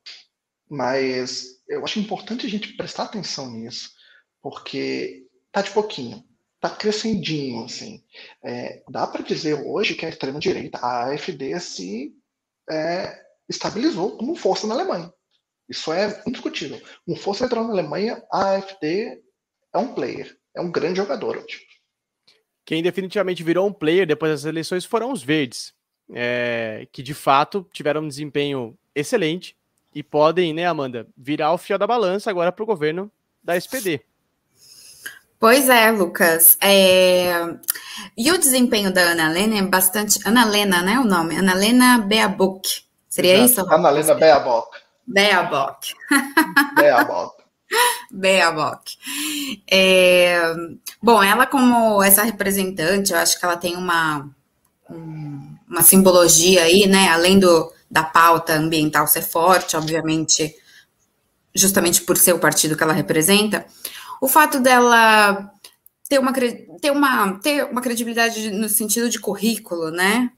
Mas eu acho importante a gente prestar atenção nisso, porque tá de pouquinho, tá crescendinho, assim. Dá para dizer hoje que a extrema-direita, a AfD, se estabilizou como força na Alemanha. Isso é indiscutível. Com força eleitoral na Alemanha, a AfD é um player, é um grande jogador hoje. Quem definitivamente virou um player depois das eleições foram os verdes, que de fato tiveram um desempenho excelente e podem, né, Amanda, virar o fiel da balança agora para o governo da SPD. Pois é, Lucas. E o desempenho da Annalena é bastante... Annalena, né, o nome? Annalena Baerbock. Seria Exato. isso? Annalena Baerbock. Baerbock. Baerbock. Bom, ela como essa representante, eu acho que ela tem uma simbologia aí, né, além da pauta ambiental ser forte, obviamente, justamente por ser o partido que ela representa, o fato dela ter uma credibilidade no sentido de currículo, né,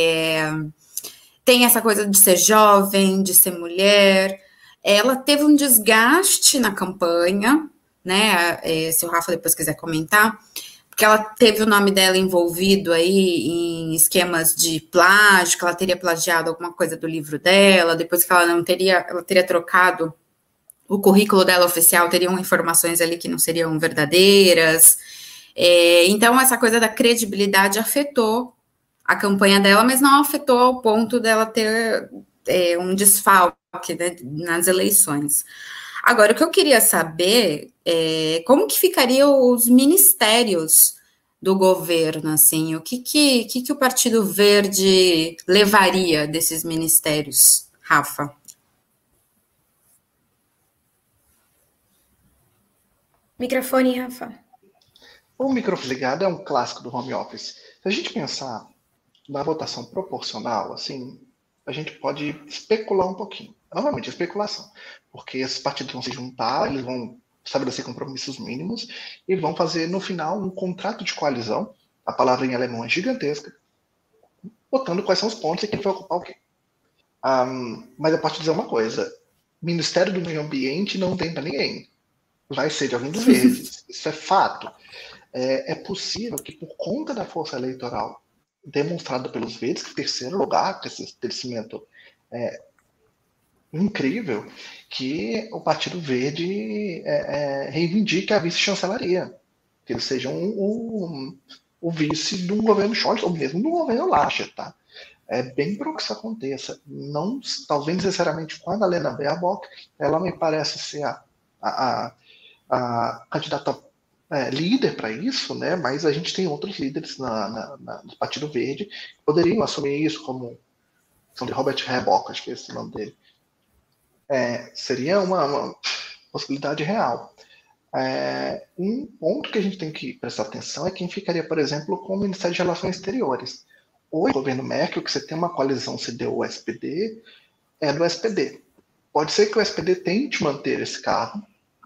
tem essa coisa de ser jovem, de ser mulher. Ela teve um desgaste na campanha, né? Se o Rafa depois quiser comentar, porque ela teve o nome dela envolvido aí em esquemas de plágio, que ela teria plagiado alguma coisa do livro dela, depois que ela teria trocado o currículo dela oficial, teriam informações ali que não seriam verdadeiras. Então, essa coisa da credibilidade afetou a campanha dela, mas não afetou ao ponto dela ter um desfalque, né, nas eleições. Agora, o que eu queria saber é como que ficariam os ministérios do governo, assim, o que o Partido Verde levaria desses ministérios, Rafa? Microfone, Rafa. O microfone ligado é um clássico do home office. Se a gente pensar na votação proporcional, assim, a gente pode especular um pouquinho. Novamente, especulação. Porque esses partidos vão se juntar, eles vão estabelecer compromissos mínimos e vão fazer, no final, um contrato de coalizão. A palavra em alemão é gigantesca, botando quais são os pontos e quem vai ocupar o quê. Mas eu posso dizer uma coisa: Ministério do Meio Ambiente não tem para ninguém. Vai ser de alguém do Verdes. Isso é fato. É possível que, por conta da força eleitoral demonstrada pelos Verdes, que terceiro lugar, com esse crescimento incrível, que o Partido Verde reivindique a vice-chancelaria, que eles sejam o vice de um governo Scholz, ou mesmo de um governo Laschet, tá? É bem para que isso aconteça. Não, talvez necessariamente com a Annalena Baerbock, ela me parece ser a candidata líder para isso, né? Mas a gente tem outros líderes no Partido Verde que poderiam assumir isso, como são de Robert Habeck, acho que é esse o nome dele. Seria uma possibilidade real. Um ponto que a gente tem que prestar atenção é quem ficaria, por exemplo, com o Ministério de Relações Exteriores. Hoje, o governo Merkel, que você tem uma coalizão CDU-SPD, é do SPD. Pode ser que o SPD tente manter esse cargo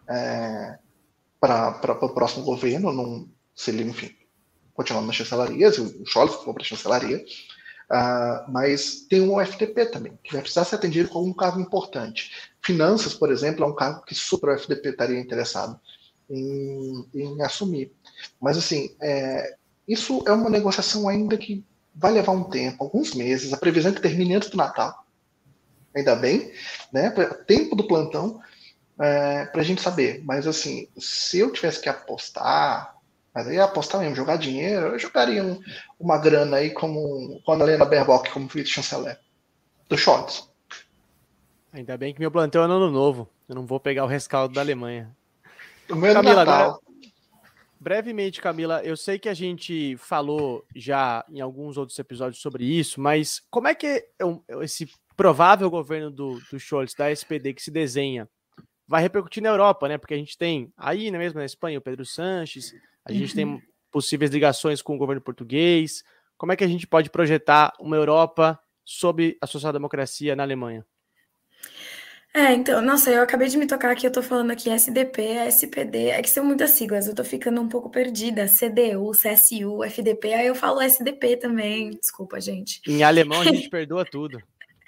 para o próximo governo, se ele, enfim, continuar na chancelaria, se o Scholz for para a chancelaria. Mas tem o FDP também, que vai precisar ser atendido com algum cargo importante. Finanças, por exemplo, é um cargo que super o FDP estaria interessado em assumir. Mas, assim, isso é uma negociação ainda que vai levar um tempo, alguns meses. A previsão é que termine antes do Natal, ainda bem, né? Tempo do plantão, para a gente saber. Mas, assim, se eu tivesse que apostar, mas aí apostar mesmo, jogar dinheiro, eu jogaria uma grana aí com a Annalena Baerbock como vice-chanceler do Scholz. Ainda bem que meu plantão é no Ano Novo. Eu não vou pegar o rescaldo da Alemanha. O meu Camila, Natal. agora, brevemente, Camila, eu sei que a gente falou já em alguns outros episódios sobre isso, mas como é que esse provável governo do Scholz, da SPD, que se desenha, vai repercutir na Europa, né? Porque a gente tem aí, né, mesmo na Espanha, o Pedro Sánchez, a gente tem possíveis ligações com o governo português. Como é que a gente pode projetar uma Europa sob a social-democracia na Alemanha? Então, nossa, eu acabei de me tocar aqui, eu tô falando aqui SDP, SPD, é que são muitas siglas, eu tô ficando um pouco perdida, CDU, CSU, FDP, aí eu falo SDP também, desculpa, gente. Em alemão a gente perdoa tudo.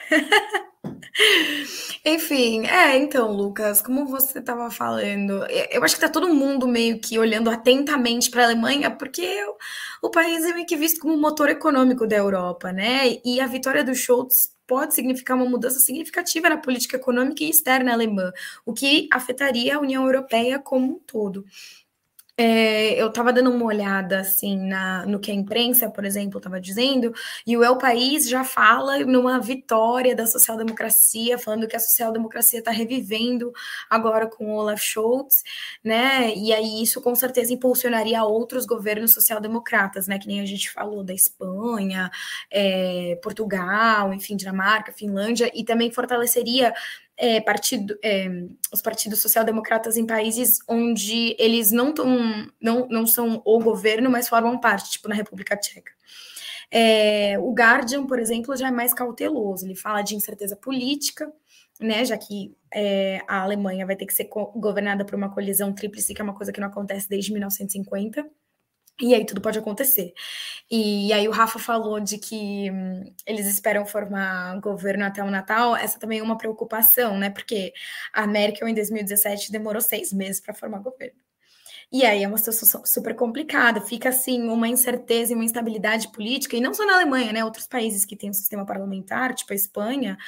Enfim, então, Lucas, como você estava falando, eu acho que tá todo mundo meio que olhando atentamente para a Alemanha, porque o país é meio que visto como o motor econômico da Europa, né? E a vitória do Scholz pode significar uma mudança significativa na política econômica e externa alemã, o que afetaria a União Europeia como um todo. Eu estava dando uma olhada assim no que a imprensa, por exemplo, estava dizendo, e o El País já fala numa vitória da social-democracia, falando que a social-democracia está revivendo agora com o Olaf Scholz, né? E aí isso com certeza impulsionaria outros governos social-democratas, né? Que nem a gente falou da Espanha, Portugal, enfim, Dinamarca, Finlândia, e também fortaleceria os partidos social-democratas em países onde eles não são o governo, mas formam parte, tipo na República Tcheca. O Guardian, por exemplo, já é mais cauteloso, ele fala de incerteza política, né, já que a Alemanha vai ter que ser governada por uma colisão tríplice, que é uma coisa que não acontece desde 1950, e aí tudo pode acontecer. E aí o Rafa falou de que eles esperam formar governo até o Natal. Essa também é uma preocupação, né? Porque a Merkel, em 2017, demorou 6 meses para formar governo. E aí é uma situação super complicada. Fica, assim, uma incerteza e uma instabilidade política. E não só na Alemanha, né? Outros países que têm um sistema parlamentar, tipo a Espanha,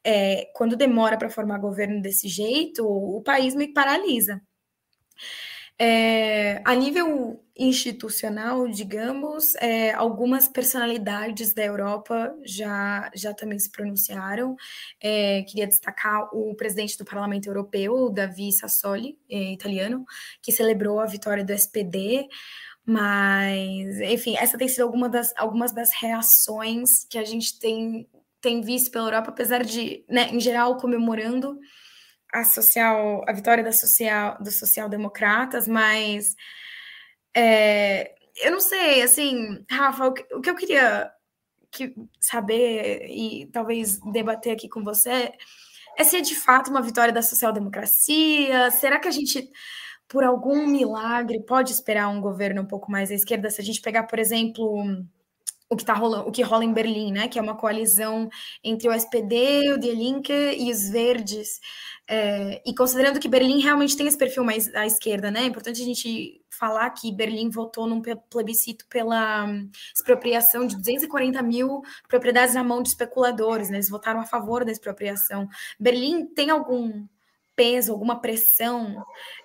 quando demora para formar governo desse jeito, o país meio que paralisa. A nível institucional, digamos, algumas personalidades da Europa já também se pronunciaram. Queria destacar o presidente do Parlamento Europeu, Davi Sassoli, italiano, que celebrou a vitória do SPD. Mas, enfim, essa tem sido algumas das reações que a gente tem visto pela Europa, apesar de, né, em geral, comemorando a vitória dos social-democratas, mas eu não sei, assim, Rafa, o que eu queria saber e talvez debater aqui com você é se é de fato uma vitória da social-democracia. Será que a gente, por algum milagre, pode esperar um governo um pouco mais à esquerda? Se a gente pegar, por exemplo, o que rola em Berlim, né? Que é uma coalizão entre o SPD, o Die Linke e os Verdes. E considerando que Berlim realmente tem esse perfil mais à esquerda, né? É importante a gente falar que Berlim votou num plebiscito pela expropriação de 240 mil propriedades na mão de especuladores, né? Eles votaram a favor da expropriação. Berlim tem algum peso, alguma pressão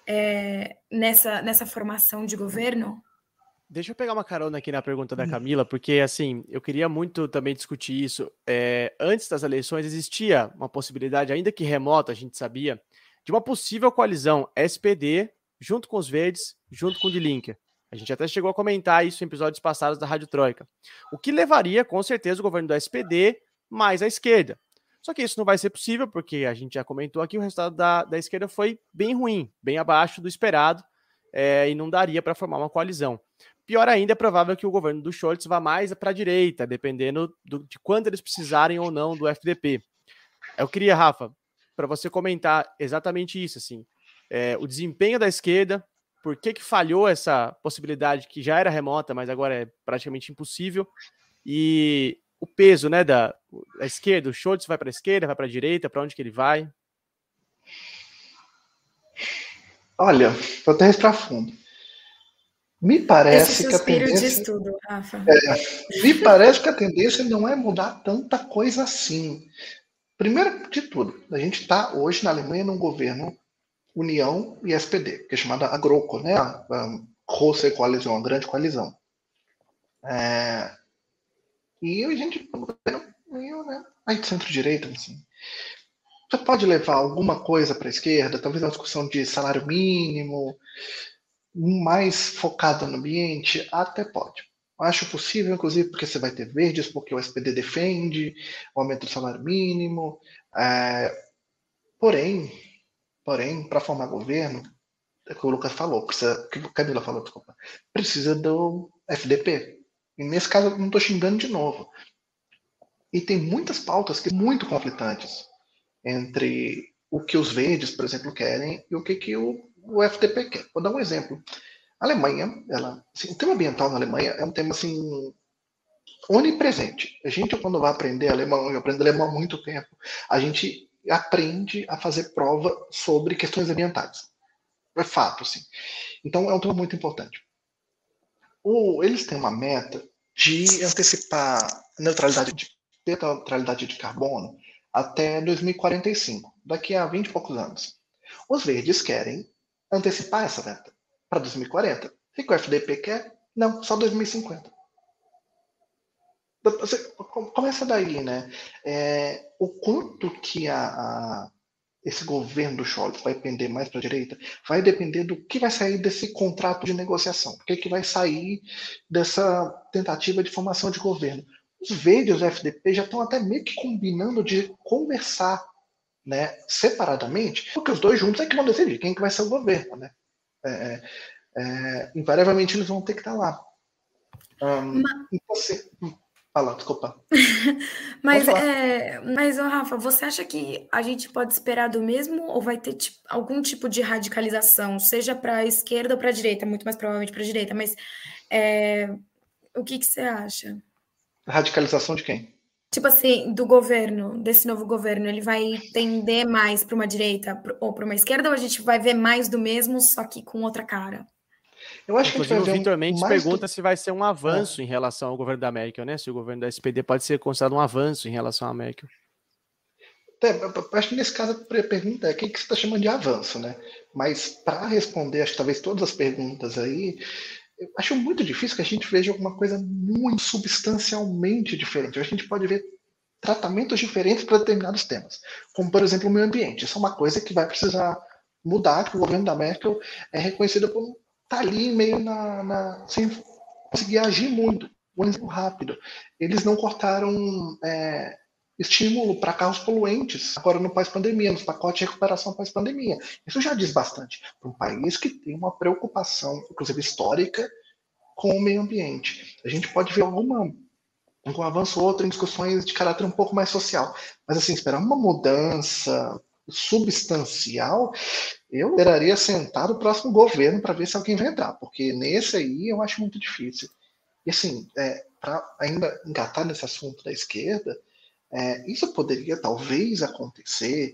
nessa formação de governo? Deixa eu pegar uma carona aqui na pergunta da Camila, porque, assim, eu queria muito também discutir isso. Antes das eleições existia uma possibilidade, ainda que remota, a gente sabia, de uma possível coalizão SPD junto com os Verdes, junto com o Die Linke. A gente até chegou a comentar isso em episódios passados da Rádio Troika. O que levaria, com certeza, o governo do SPD mais à esquerda. Só que isso não vai ser possível, porque a gente já comentou aqui, o resultado da esquerda foi bem ruim, bem abaixo do esperado, e não daria para formar uma coalizão. Pior ainda, é provável que o governo do Scholz vá mais para a direita, dependendo de quando eles precisarem ou não do FDP. Eu queria, Rafa, para você comentar exatamente isso, assim, o desempenho da esquerda, por que falhou essa possibilidade que já era remota, mas agora é praticamente impossível, e o peso, né, da esquerda, o Scholz vai para a esquerda, vai para a direita, para onde que ele vai? Olha, vou até respirar fundo. Me parece que a tendência... de estudo, Rafa. Me parece que a tendência não é mudar tanta coisa assim. Primeiro de tudo, a gente está hoje na Alemanha num governo União e SPD, que é chamada a GroKo, né? A Große Coalition, a grande coalizão. E a gente meio, né, aí de centro-direita, assim. Você pode levar alguma coisa para a esquerda, talvez uma discussão de salário mínimo, mais focada no ambiente, até pode. Acho possível, inclusive, porque você vai ter Verdes, porque o SPD defende o aumento do salário mínimo. Porém, para formar governo, é o que o Lucas falou, que a Camila falou, desculpa, precisa do FDP. E nesse caso, eu não estou xingando de novo. E tem muitas pautas que são muito conflitantes entre o que os Verdes, por exemplo, querem e o que o FDP quer. Vou dar um exemplo. A Alemanha, assim, o tema ambiental na Alemanha é um tema assim, onipresente. A gente, quando vai aprender alemão, eu aprendo alemão há muito tempo, a gente aprende a fazer prova sobre questões ambientais. É fato, assim. Então, é um tema muito importante. Eles têm uma meta de antecipar a neutralidade de carbono até 2045, daqui a 20 e poucos anos. Os Verdes querem antecipar essa meta para 2040. O que o FDP quer? Não, só 2050. Começa daí, né? O quanto que esse governo do Scholz vai pender mais para a direita vai depender do que vai sair desse contrato de negociação. O que vai sair dessa tentativa de formação de governo. Os Verdes e os FDP já estão até meio que combinando de conversar, né, separadamente, porque os dois juntos é que vão decidir quem que vai ser o governo, né? Invariavelmente eles vão ter que estar lá. Então, assim, fala, desculpa. Mas, Rafa, você acha que a gente pode esperar do mesmo ou vai ter algum tipo de radicalização, seja para a esquerda ou para a direita, muito mais provavelmente para a direita, mas o que você acha? Radicalização de quem? Tipo assim, do governo, desse novo governo, ele vai tender mais para uma direita ou para uma esquerda, ou a gente vai ver mais do mesmo, só que com outra cara? Eu acho que o Vitor Mendes pergunta se vai ser um avanço em relação ao governo da Merkel, né? Se o governo da SPD pode ser considerado um avanço em relação à Merkel. Eu acho que nesse caso a pergunta é o que você está chamando de avanço, né? Mas para responder, acho que talvez todas as perguntas aí, eu acho muito difícil que a gente veja alguma coisa muito substancialmente diferente. A gente pode ver tratamentos diferentes para determinados temas, como, por exemplo, o meio ambiente. Isso é uma coisa que vai precisar mudar, que o governo da Merkel é reconhecido por estar ali meio sem conseguir agir muito. Um exemplo rápido. Eles não cortaram estímulo para carros poluentes agora no pós-pandemia, nos pacotes de recuperação pós-pandemia. Isso já diz bastante para um país que tem uma preocupação, inclusive histórica, com o meio ambiente. A gente pode ver algum avanço ou outro em discussões de caráter um pouco mais social. Mas, assim, esperar uma mudança substancial, eu esperaria sentar o próximo governo para ver se alguém vai entrar, porque nesse aí eu acho muito difícil. E, assim, para ainda engatar nesse assunto da esquerda, isso poderia talvez acontecer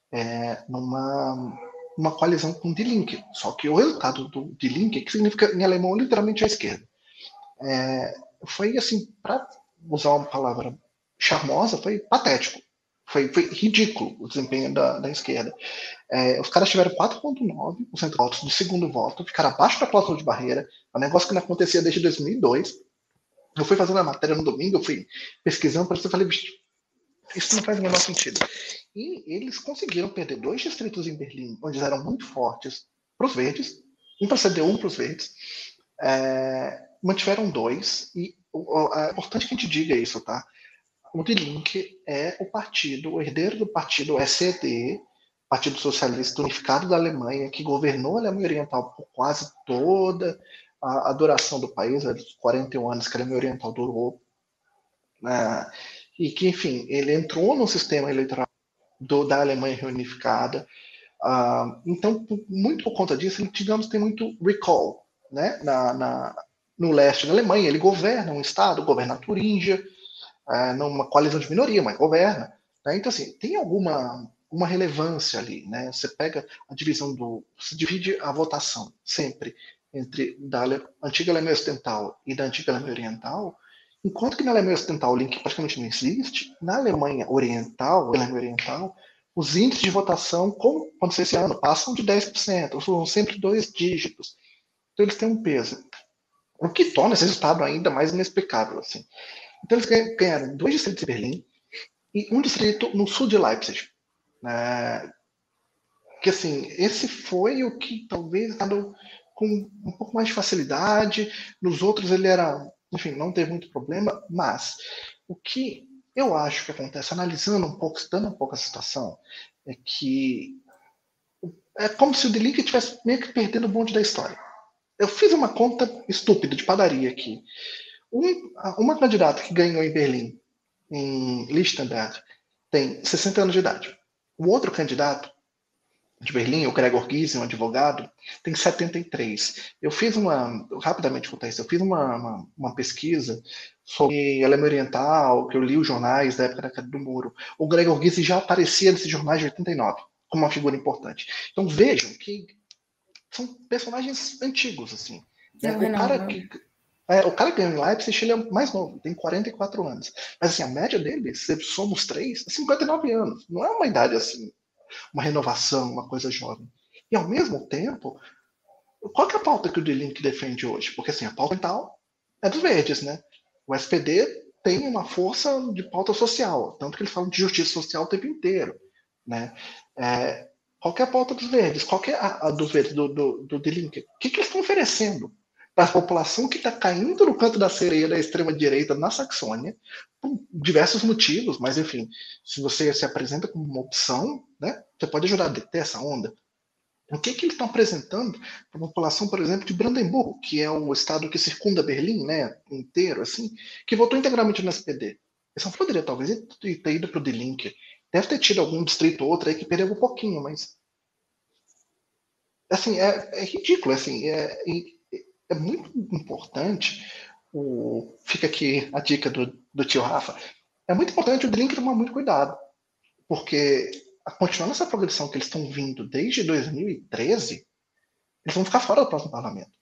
numa coalizão com o Die Linke. Só que o resultado do Die Linke, que significa em alemão literalmente a esquerda, foi assim, para usar uma palavra charmosa, foi patético. Foi ridículo o desempenho da esquerda. Os caras tiveram 4,9% de votos do segundo voto, ficaram abaixo da cláusula de barreira, um negócio que não acontecia desde 2002. Eu fui fazendo a matéria no domingo, eu fui pesquisando para isso, eu falei, isso não faz o menor sentido. E eles conseguiram perder 2 distritos em Berlim, onde eles eram muito fortes para os verdes, um para a CDU, um para os verdes. Mantiveram 2, e é importante que a gente diga isso, tá? O Die Linke é o herdeiro do partido SED, Partido Socialista Unificado da Alemanha, que governou a Alemanha Oriental por quase toda a duração do país, os 41 anos que a Alemanha Oriental durou, e que, enfim, ele entrou no sistema eleitoral da Alemanha reunificada. Então, muito por conta disso, ele, digamos, tem muito recall, né, no leste da Alemanha. Ele governa um estado, governa a Turíngia, numa coalizão de minoria, mas governa. Né? Então, assim, tem uma relevância ali. Né? Você pega a divisão você divide a votação sempre entre da antiga Alemanha Ocidental e da antiga Alemanha Oriental, enquanto que na Alemanha Ocidental o link praticamente não existe, na Alemanha Oriental, os índices de votação, como aconteceu esse ano, passam de 10%, são sempre 2 dígitos. Então eles têm um peso. O que torna esse resultado ainda mais inexplicável. Assim. Então eles ganharam 2 distritos em Berlim e 1 distrito no sul de Leipzig. Que assim, esse foi o que talvez dado com um pouco mais de facilidade. Nos outros ele era, enfim, não teve muito problema, mas o que eu acho que acontece, analisando um pouco, estudando um pouco a situação, é que é como se o Die Linke estivesse meio que perdendo o bonde da história. Eu fiz uma conta estúpida de padaria aqui. Uma candidata que ganhou em Berlim, em Lichtenberg, tem 60 anos de idade. O outro candidato de Berlim, o Gregor Gysi, um advogado, tem 73. Rapidamente contar isso, eu fiz uma pesquisa sobre a Alemanha Oriental, que eu li os jornais da época da queda do muro. O Gregor Gysi já aparecia nesses jornais de 89, como uma figura importante. Então vejam que são personagens antigos, assim. Né? O cara que ganhou em Leipzig, ele é mais novo, tem 44 anos. Mas assim, a média dele, se somos 3, é 59 anos. Não é uma idade assim, uma renovação, uma coisa jovem. E ao mesmo tempo, qual que é a pauta que o Die Linke defende hoje? Porque assim, a pauta mental é dos verdes, né? O SPD tem uma força de pauta social, tanto que eles falam de justiça social o tempo inteiro, né? Qual que é a pauta dos verdes? Qual que é a dos verdes, do Die Linke? O que eles estão oferecendo para a população que está caindo no canto da sereia da extrema-direita na Saxônia, por diversos motivos, mas enfim, se você se apresenta como uma opção, né, você pode ajudar a deter essa onda. O que eles estão apresentando para a população, por exemplo, de Brandemburgo, que é o estado que circunda Berlim, né, inteiro, assim, que votou integralmente no SPD. Esse não poderia, talvez, ter ido para o Die Linke. Deve ter tido algum distrito ou outro aí que perdeu um pouquinho, mas assim, é ridículo, assim, é muito importante, fica aqui a dica do tio Rafa, é muito importante o Die Linke tomar muito cuidado, porque continuando essa progressão que eles estão vindo desde 2013, eles vão ficar fora do próximo parlamento.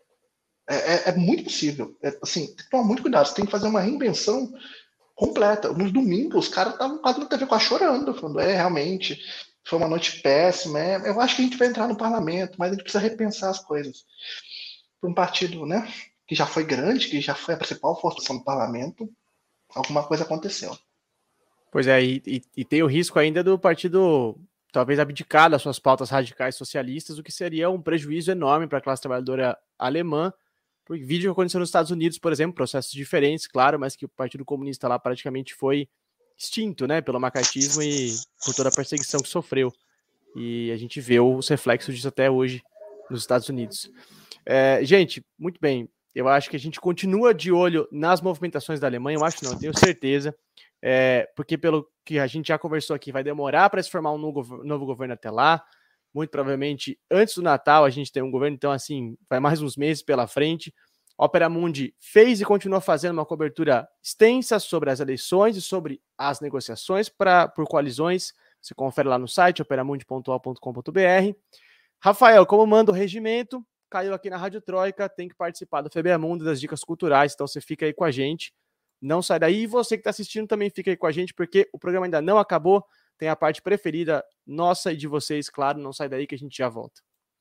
É muito possível. Assim, tem que tomar muito cuidado, você tem que fazer uma reinvenção completa. Nos domingos, os caras estavam quase na TV quase chorando, falando, realmente, foi uma noite péssima. Eu acho que a gente vai entrar no parlamento, mas a gente precisa repensar as coisas. Para um partido, né, que já foi grande, que já foi a principal força no parlamento, alguma coisa aconteceu. Pois é, e tem o risco ainda do partido talvez abdicar das suas pautas radicais socialistas, o que seria um prejuízo enorme para a classe trabalhadora alemã, por vídeo que aconteceu nos Estados Unidos, por exemplo, processos diferentes, claro, mas que o Partido Comunista lá praticamente foi extinto, né, pelo macartismo e por toda a perseguição que sofreu. E a gente vê os reflexos disso até hoje nos Estados Unidos. Gente, muito bem, eu acho que a gente continua de olho nas movimentações da Alemanha, eu acho não, eu tenho certeza, porque pelo que a gente já conversou aqui, vai demorar para se formar um novo governo até lá, muito provavelmente antes do Natal a gente tem um governo, então assim, vai mais uns meses pela frente. Opera Mundi fez e continua fazendo uma cobertura extensa sobre as eleições e sobre as negociações por coalizões. Você confere lá no site operamundi.ol.com.br. Rafael, como manda o regimento, caiu aqui na Rádio Troika, tem que participar do FBA Mundo, das dicas culturais, então você fica aí com a gente, não sai daí. E você que está assistindo também fica aí com a gente, porque o programa ainda não acabou, tem a parte preferida nossa e de vocês, claro, não sai daí que a gente já volta.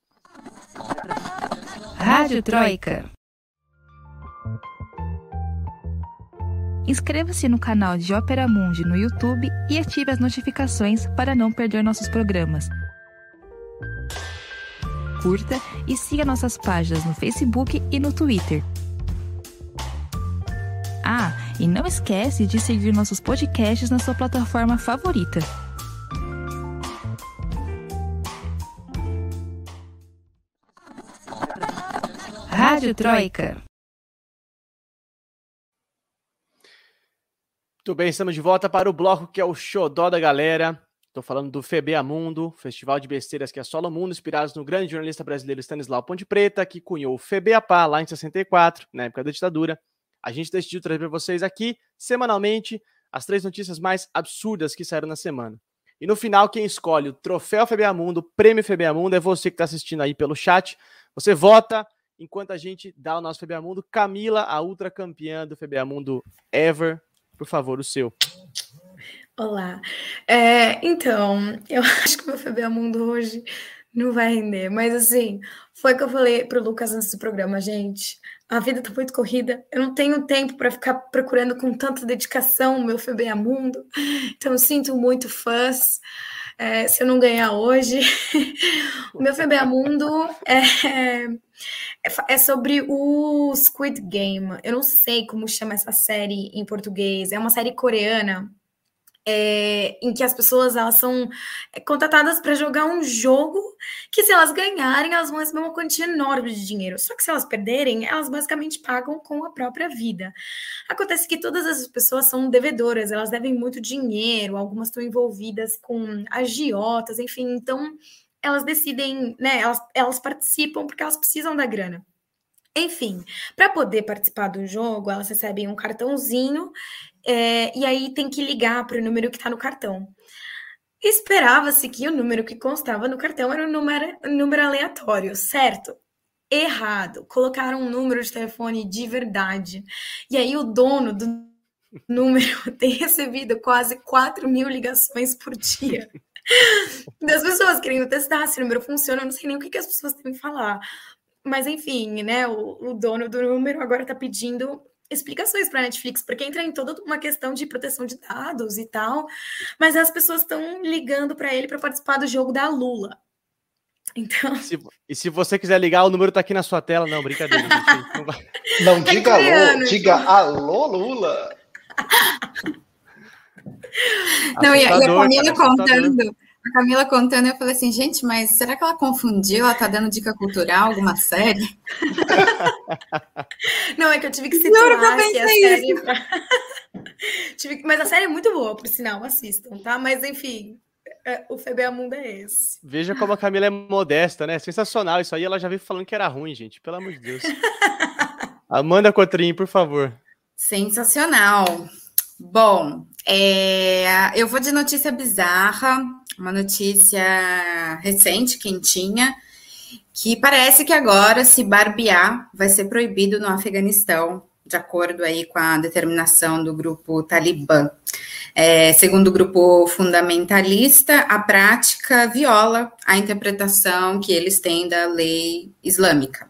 Rádio Troika. Inscreva-se no canal de Ópera Mundi no YouTube e ative as notificações para não perder nossos programas. Curta e siga nossas páginas no Facebook e no Twitter. E não esquece de seguir nossos podcasts na sua plataforma favorita. Rádio Troika. Muito bem, estamos de volta para o bloco que é o xodó da galera. Estou falando do FBA Mundo, festival de besteiras que assola o mundo, inspirados no grande jornalista brasileiro Stanislau Ponte Preta, que cunhou o FBAPA lá em 64, na época da ditadura. A gente decidiu trazer para vocês aqui, semanalmente, as 3 notícias mais absurdas que saíram na semana. E no final, quem escolhe o troféu FBA Mundo, o prêmio FBA Mundo, é você que está assistindo aí pelo chat. Você vota enquanto a gente dá o nosso FBA Mundo. Camila, a ultra campeã do FBA Mundo ever, por favor, o seu. Olá. Então, eu acho que o meu FBA Mundo hoje não vai render, mas assim, foi o que eu falei pro Lucas antes do programa, gente. A vida tá muito corrida, eu não tenho tempo para ficar procurando com tanta dedicação o meu FBA Mundo, então eu sinto muito fãs se eu não ganhar hoje. O meu FBA Mundo é sobre o Squid Game. Eu não sei como chama essa série em português, é uma série coreana. Em que as pessoas elas são contratadas para jogar um jogo que, se elas ganharem, elas vão receber uma quantia enorme de dinheiro. Só que se elas perderem, elas basicamente pagam com a própria vida. Acontece que todas essas pessoas são devedoras, elas devem muito dinheiro, algumas estão envolvidas com agiotas, enfim. Então, elas decidem, né? Elas participam porque elas precisam da grana. Enfim, para poder participar do jogo, elas recebem um cartãozinho e aí tem que ligar para o número que está no cartão. Esperava-se que o número que constava no cartão era um número aleatório, certo? Errado. Colocaram um número de telefone de verdade. E aí o dono do número tem recebido quase 4.000 ligações por dia. Das pessoas querendo testar se o número funciona, eu não sei nem o que as pessoas têm que falar. Mas, enfim, né, o dono do número agora está pedindo explicações para a Netflix, porque entra em toda uma questão de proteção de dados e tal, mas as pessoas estão ligando para ele para participar do jogo da Lula. Então... E se você quiser ligar, o número está aqui na sua tela. Não, brincadeira. Não diga alô, diga alô, Lula. Não, e a Camila contando... A Camila contando, eu falei assim, gente, mas será que ela confundiu? Ela tá dando dica cultural, alguma série? Não, é que eu tive que situar que a série... Mas a série é muito boa, por sinal, assistam, tá? Mas, enfim, o FBA Mundo é esse. Veja como a Camila é modesta, né? Sensacional isso aí, ela já veio falando que era ruim, gente, pelo amor de Deus. Amanda Cotrim, por favor. Sensacional. Bom, eu vou de notícia bizarra, uma notícia recente, quentinha, que parece que agora se barbear vai ser proibido no Afeganistão, de acordo aí com a determinação do grupo Talibã. Segundo o grupo fundamentalista, a prática viola a interpretação que eles têm da lei islâmica.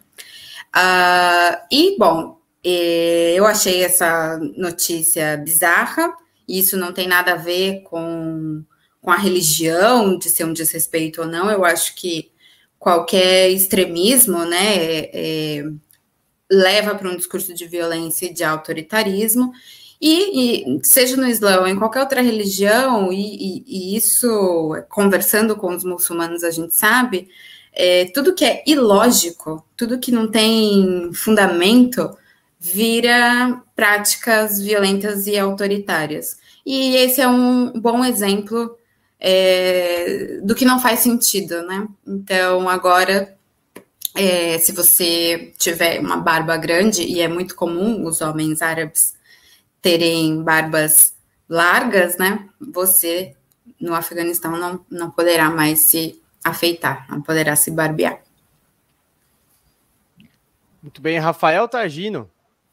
Eu achei essa notícia bizarra. Isso não tem nada a ver com a religião, de ser um desrespeito ou não. Eu acho que qualquer extremismo, né, leva para um discurso de violência e de autoritarismo, e seja no Islã ou em qualquer outra religião, e isso, conversando com os muçulmanos, a gente sabe, tudo que é ilógico, tudo que não tem fundamento, vira práticas violentas e autoritárias. E esse é um bom exemplo do que não faz sentido, né? Então, agora, se você tiver uma barba grande, e é muito comum os homens árabes terem barbas largas, né? Você, no Afeganistão, não poderá mais se afeitar, não poderá se barbear. Muito bem, Rafael Targino.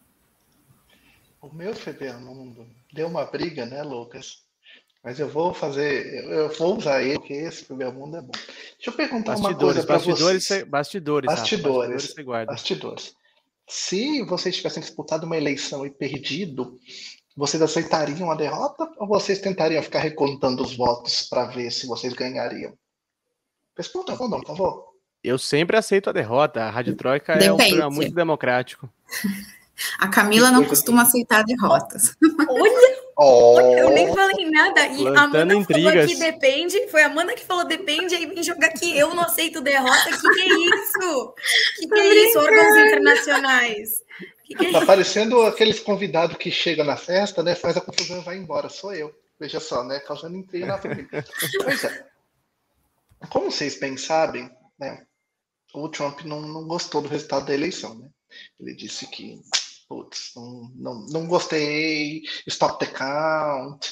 O meu FBA-Mundo deu uma briga, né, Lucas? Mas eu vou usar ele, porque esse FBA-Mundo é bom. Deixa eu perguntar uma coisa para vocês. Bastidores, você guarda. Bastidores. Se vocês tivessem disputado uma eleição e perdido, vocês aceitariam a derrota ou vocês tentariam ficar recontando os votos para ver se vocês ganhariam? Respondam, por favor. Eu sempre aceito a derrota. A Rádio Troika é um programa muito democrático. A Camila não costuma aceitar derrotas. Olha, eu nem falei nada. E a Amanda intrigas. Falou que depende. Foi a Amanda que falou depende, aí vem jogar que eu não aceito derrota. Que é isso? Que é isso? Órgãos internacionais. Tá parecendo aqueles convidados que chegam na festa, né? Faz a confusão e vai embora. Sou eu. Veja só, né? Causando intriga na família. Pois é. Como vocês bem sabem, né? O Trump não gostou do resultado da eleição, né? Ele disse que putz, não gostei, stop the count,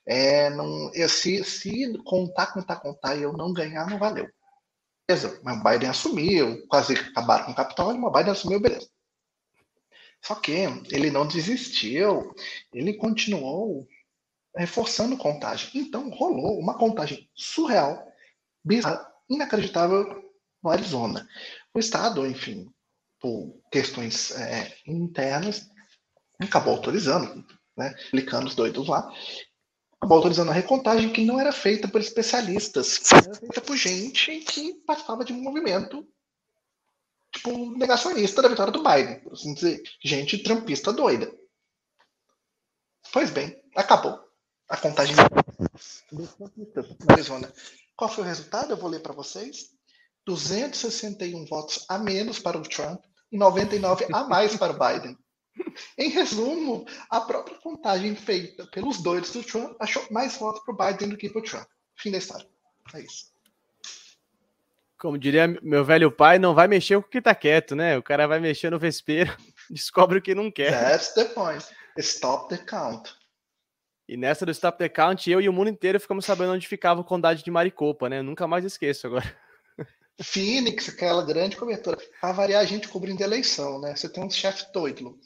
se contar e eu não ganhar, não valeu. Beleza, mas o Biden assumiu, quase acabaram com o Capitólio, mas o Biden assumiu, beleza. Só que ele não desistiu, ele continuou reforçando contagem. Então rolou uma contagem surreal, bizarra, inacreditável no Arizona. O estado, enfim, por questões internas, acabou autorizando, né, clicando os doidos lá, acabou autorizando a recontagem que não era feita por especialistas, era feita por gente que participava de um movimento tipo negacionista da vitória do Biden, por assim dizer, gente trumpista doida. Pois bem, acabou a contagem dos trumpistas na Arizona. Qual foi o resultado? Eu vou ler para vocês. 261 votos a menos para o Trump e 99 a mais para o Biden. Em resumo, a própria contagem feita pelos doidos do Trump achou mais votos para o Biden do que para o Trump. Fim da história. É isso. Como diria meu velho pai, não vai mexer com o que tá quieto, né? O cara vai mexer no vespeiro, descobre o que não quer. That's the point. Stop the count. E nessa do Stop the Count, eu e o mundo inteiro ficamos sabendo onde ficava o condado de Maricopa, né? Nunca mais esqueço agora. Phoenix, aquela grande cobertura. Para variar, a gente cobrindo eleição, né? Você tem um chefe doido, Lucas.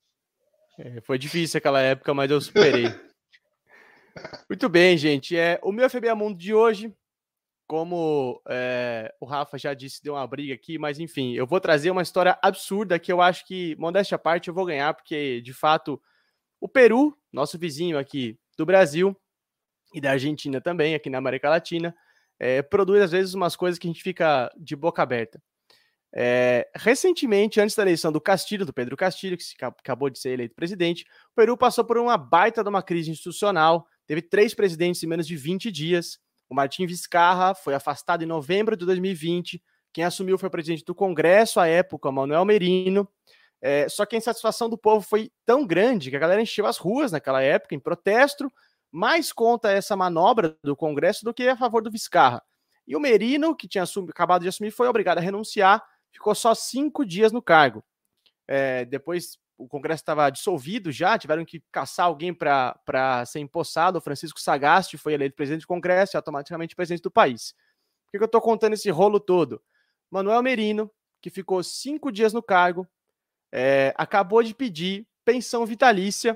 Foi difícil aquela época, mas eu superei. Muito bem, gente. O meu FBA Mundo de hoje, como o Rafa já disse, deu uma briga aqui, mas enfim, eu vou trazer uma história absurda que eu acho que, modéstia à parte, eu vou ganhar, porque, de fato, o Peru, nosso vizinho aqui do Brasil e da Argentina também, aqui na América Latina, produz, às vezes, umas coisas que a gente fica de boca aberta. Recentemente, antes da eleição do Pedro Castillo, que acabou de ser eleito presidente, o Peru passou por uma baita de uma crise institucional, teve 3 presidentes em menos de 20 dias, o Martín Vizcarra foi afastado em novembro de 2020, quem assumiu foi o presidente do Congresso à época, Manuel Merino, só que a insatisfação do povo foi tão grande que a galera encheu as ruas naquela época, em protesto, mais contra essa manobra do Congresso do que a favor do Vizcarra. E o Merino, que tinha acabado de assumir, foi obrigado a renunciar, ficou só 5 dias no cargo. Depois o Congresso estava dissolvido já, tiveram que caçar alguém para ser empossado. O Francisco Sagasti foi eleito presidente do Congresso e automaticamente presidente do país. Por que eu estou contando esse rolo todo? Manuel Merino, que ficou 5 dias no cargo, acabou de pedir pensão vitalícia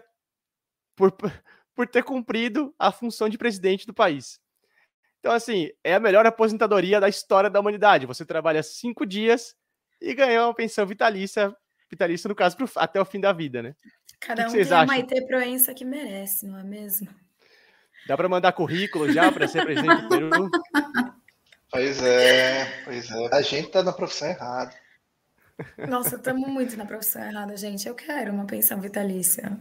por ter cumprido a função de presidente do país. Então, assim, é a melhor aposentadoria da história da humanidade. Você trabalha 5 dias e ganha uma pensão vitalícia no caso, até o fim da vida, né? Cada um tem a Maitê Proença que merece, não é mesmo? Dá para mandar currículo já para ser presidente do Peru? Pois é. A gente tá na profissão errada. Nossa, estamos muito na profissão errada, gente. Eu quero uma pensão vitalícia.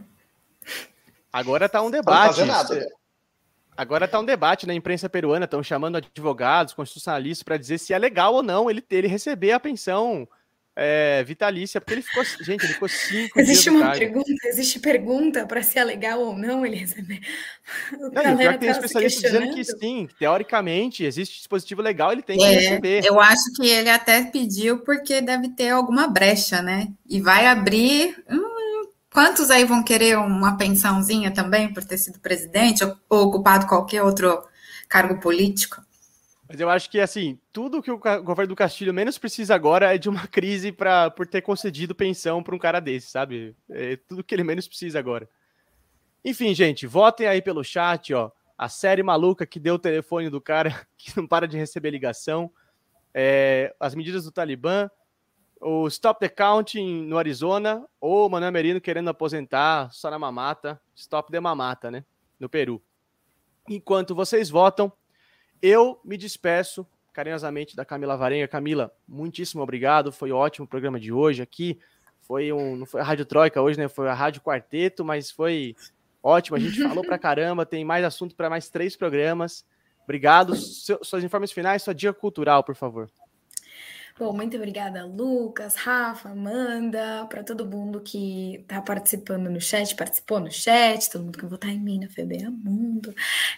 Agora tá um debate. Não fazer nada. Agora tá um debate na imprensa peruana, estão chamando advogados, constitucionalistas para dizer se é legal ou não ele receber a pensão vitalícia, porque ele ficou 5 dias no cargo. Existe pergunta para se é legal ou não ele receber? Não, tem especialistas dizendo que sim, que, teoricamente, existe dispositivo legal, ele tem que receber. Eu acho que ele até pediu porque deve ter alguma brecha, né? E vai abrir... Quantos aí vão querer uma pensãozinha também por ter sido presidente ou ocupado qualquer outro cargo político? Mas eu acho que, assim, tudo que o governo do Castilho menos precisa agora é de uma crise por ter concedido pensão para um cara desse, sabe? É tudo que ele menos precisa agora. Enfim, gente, votem aí pelo chat, ó. A série maluca que deu o telefone do cara que não para de receber ligação. As medidas do Talibã. O Stop the Counting no Arizona, ou o Manuel Merino querendo aposentar só na mamata, Stop the Mamata, né, no Peru. Enquanto vocês votam, eu me despeço carinhosamente da Camila Varenga. Camila, muitíssimo obrigado, foi ótimo o programa de hoje aqui, não foi a Rádio Troika hoje, né, foi a Rádio Quarteto, mas foi ótimo, a gente falou pra caramba, tem mais assunto para mais 3 programas. Obrigado, seus informes finais, sua dica cultural, por favor. Bom, muito obrigada, Lucas, Rafa, Amanda, para todo mundo que está participando no chat, participou no chat, todo mundo que votar em mim na FBA Mundo.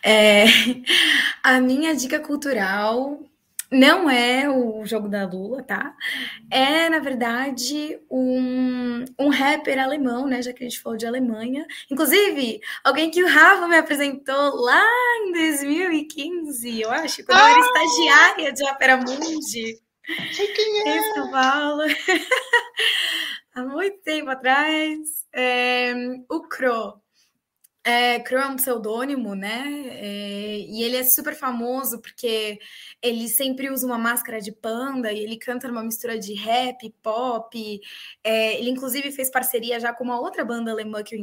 A minha dica cultural não é o jogo da Lula, tá? É, na verdade, um rapper alemão, né? Já que a gente falou de Alemanha. Inclusive, alguém que o Rafa me apresentou lá em 2015, eu acho, quando eu era estagiária de Opera Mundi. Sei quem é. Em São Paulo. Há muito tempo atrás. O Cro. Cro é um pseudônimo, né? E ele é super famoso porque ele sempre usa uma máscara de panda e ele canta numa mistura de rap, pop. Ele, inclusive, fez parceria já com uma outra banda alemã que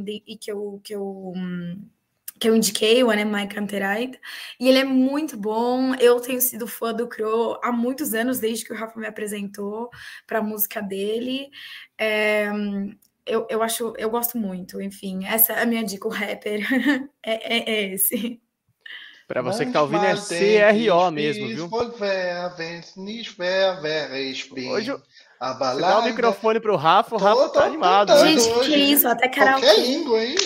eu indiquei, o Annemai Kantereit, e ele é muito bom. Eu tenho sido fã do Cro há muitos anos, desde que o Rafa me apresentou para a música dele. Eu gosto muito, enfim, essa é a minha dica, o rapper é esse. Para você que tá ouvindo, é CRO mesmo, viu? Hoje você dá o microfone pro Rafa, o Rafa tá animado. Gente, que isso, até karaokê. Qualquer língua, hein?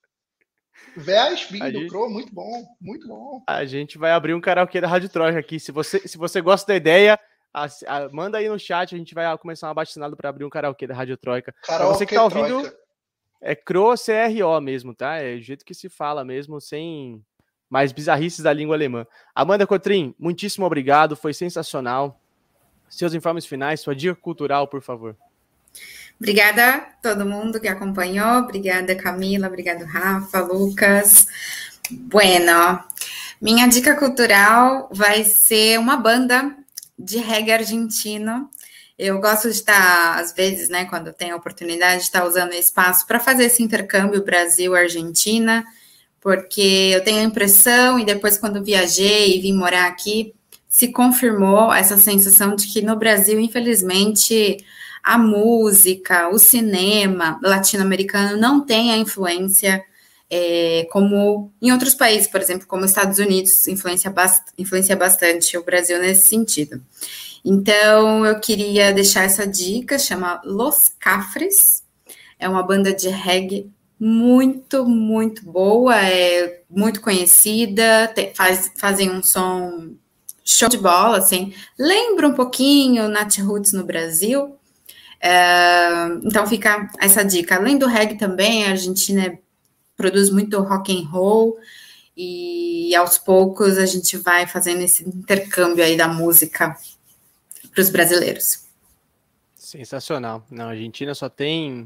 Véia do Cro, muito bom, muito bom. A gente vai abrir um karaokê da Rádio Troika aqui. Se você gosta da ideia, manda aí no chat, a gente vai começar uma bate-sinado para abrir um karaokê da Rádio Troika. Para você que tá ouvindo, Troika. É Cro, CRO mesmo, tá? É o jeito que se fala mesmo, sem mais bizarrices da língua alemã. Amanda Cotrim, muitíssimo obrigado, foi sensacional. Seus informes finais, sua dica cultural, por favor. Obrigada a todo mundo que acompanhou, obrigada Camila, obrigado Rafa, Lucas. Bueno, minha dica cultural vai ser uma banda de reggae argentino. Eu gosto de estar, às vezes, né, quando tenho a oportunidade de estar usando esse espaço para fazer esse intercâmbio Brasil-Argentina, porque eu tenho a impressão, e depois quando viajei e vim morar aqui, se confirmou essa sensação de que no Brasil, infelizmente, a música, o cinema latino-americano não tem a influência como em outros países, por exemplo, como os Estados Unidos, influencia bastante o Brasil nesse sentido. Então, eu queria deixar essa dica, chama Los Cafres, é uma banda de reggae muito, muito boa, é muito conhecida, fazem um som show de bola, assim, lembra um pouquinho Nat Roots no Brasil. Então fica essa dica. Além do reggae também, a Argentina produz muito rock and roll e aos poucos a gente vai fazendo esse intercâmbio aí da música para os brasileiros. Sensacional. Na Argentina só tem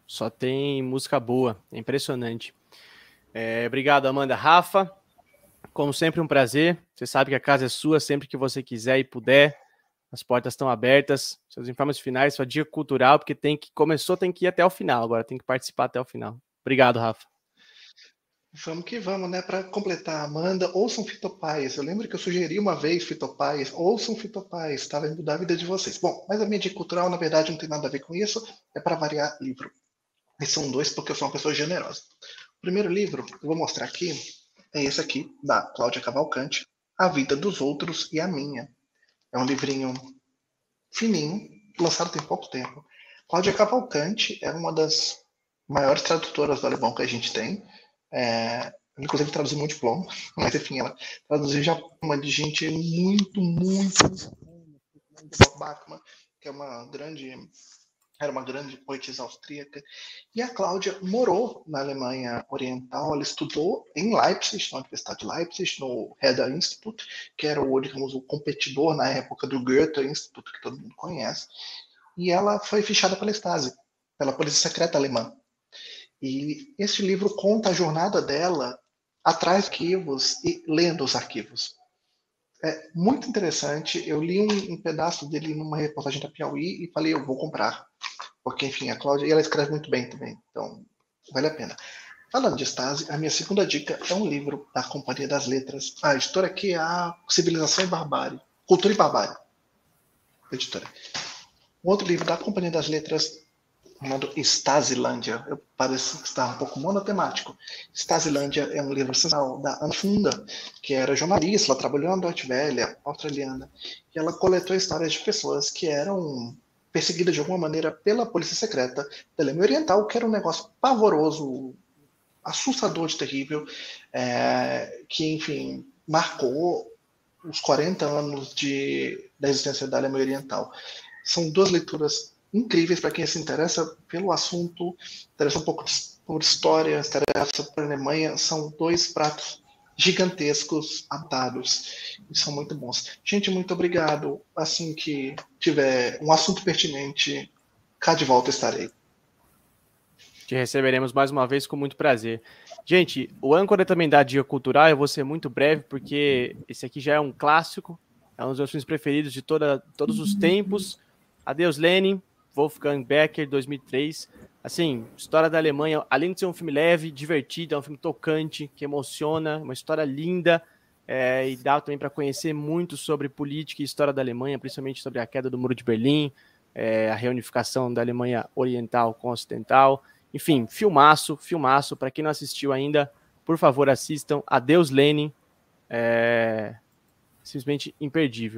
Só tem música boa, é impressionante. Obrigado, Amanda. Rafa, como sempre, um prazer. Você sabe que a casa é sua, sempre que você quiser e puder. As portas estão abertas. Seus informes finais, sua dica cultural, porque tem que ir até o final. Agora tem que participar até o final. Obrigado, Rafa. Vamos que vamos, né? Para completar, Amanda, ouçam Fitopaz. Eu lembro que eu sugeri uma vez Fitopaz. Ouçam Fitopaz, tá? Vai mudar a vida de vocês. Bom, mas a minha dica cultural, na verdade, não tem nada a ver com isso. É para variar livro. Esses são dois, porque eu sou uma pessoa generosa. O primeiro livro, eu vou mostrar aqui, é esse aqui, da Cláudia Cavalcante, A Vida dos Outros e a Minha. É um livrinho fininho, lançado tem pouco tempo. Cláudia Cavalcante é uma das maiores tradutoras do alemão que a gente tem. Inclusive traduziu muito diploma, mas enfim, ela traduziu já uma de gente muito Bachmann, que era uma grande poetisa austríaca, e a Cláudia morou na Alemanha Oriental. Ela estudou em Leipzig, na Universidade de Leipzig, no Herder Institut, que era o competidor na época do Goethe Institut, que todo mundo conhece, e ela foi fichada pela Stasi, pela Polícia Secreta Alemã. E esse livro conta a jornada dela atrás de arquivos e lendo os arquivos. É muito interessante. Eu li um pedaço dele numa reportagem da Piauí e falei, eu vou comprar. Porque, enfim, a Cláudia, e ela escreve muito bem também, então vale a pena. Falando de Stasi, a minha segunda dica é um livro da Companhia das Letras. A editora aqui é a Civilização e Barbárie. Cultura e Barbárie. Editora. Um outro livro da Companhia das Letras chamado Stasilândia. Eu pareço estar um pouco monotemático. Stasilândia é um livro essencial da Anna Funda, que era jornalista, ela trabalhou na Deutsche Welle, australiana, e ela coletou histórias de pessoas que eram perseguidas de alguma maneira pela polícia secreta da Alemanha Oriental, que era um negócio pavoroso, assustador de terrível, que, enfim, marcou os 40 anos da existência da Alemanha Oriental. São duas leituras incríveis para quem se interessa pelo assunto, interessa um pouco por história, interessa por Alemanha. São dois pratos gigantescos, adaptados, e são muito bons. Gente, muito obrigado. Assim que tiver um assunto pertinente, cá de volta estarei. Te receberemos mais uma vez com muito prazer. Gente, o âncora também da dica cultural, eu vou ser muito breve, porque esse aqui já é um clássico, é um dos meus filmes preferidos de todos os tempos. Adeus, Lenin, Wolfgang Becker, 2003. Assim, história da Alemanha, além de ser um filme leve, divertido, é um filme tocante, que emociona, uma história linda, e dá também para conhecer muito sobre política e história da Alemanha, principalmente sobre a queda do Muro de Berlim, a reunificação da Alemanha Oriental com a Ocidental. Enfim, filmaço, para quem não assistiu ainda, por favor, assistam. Adeus, Lenin, simplesmente imperdível.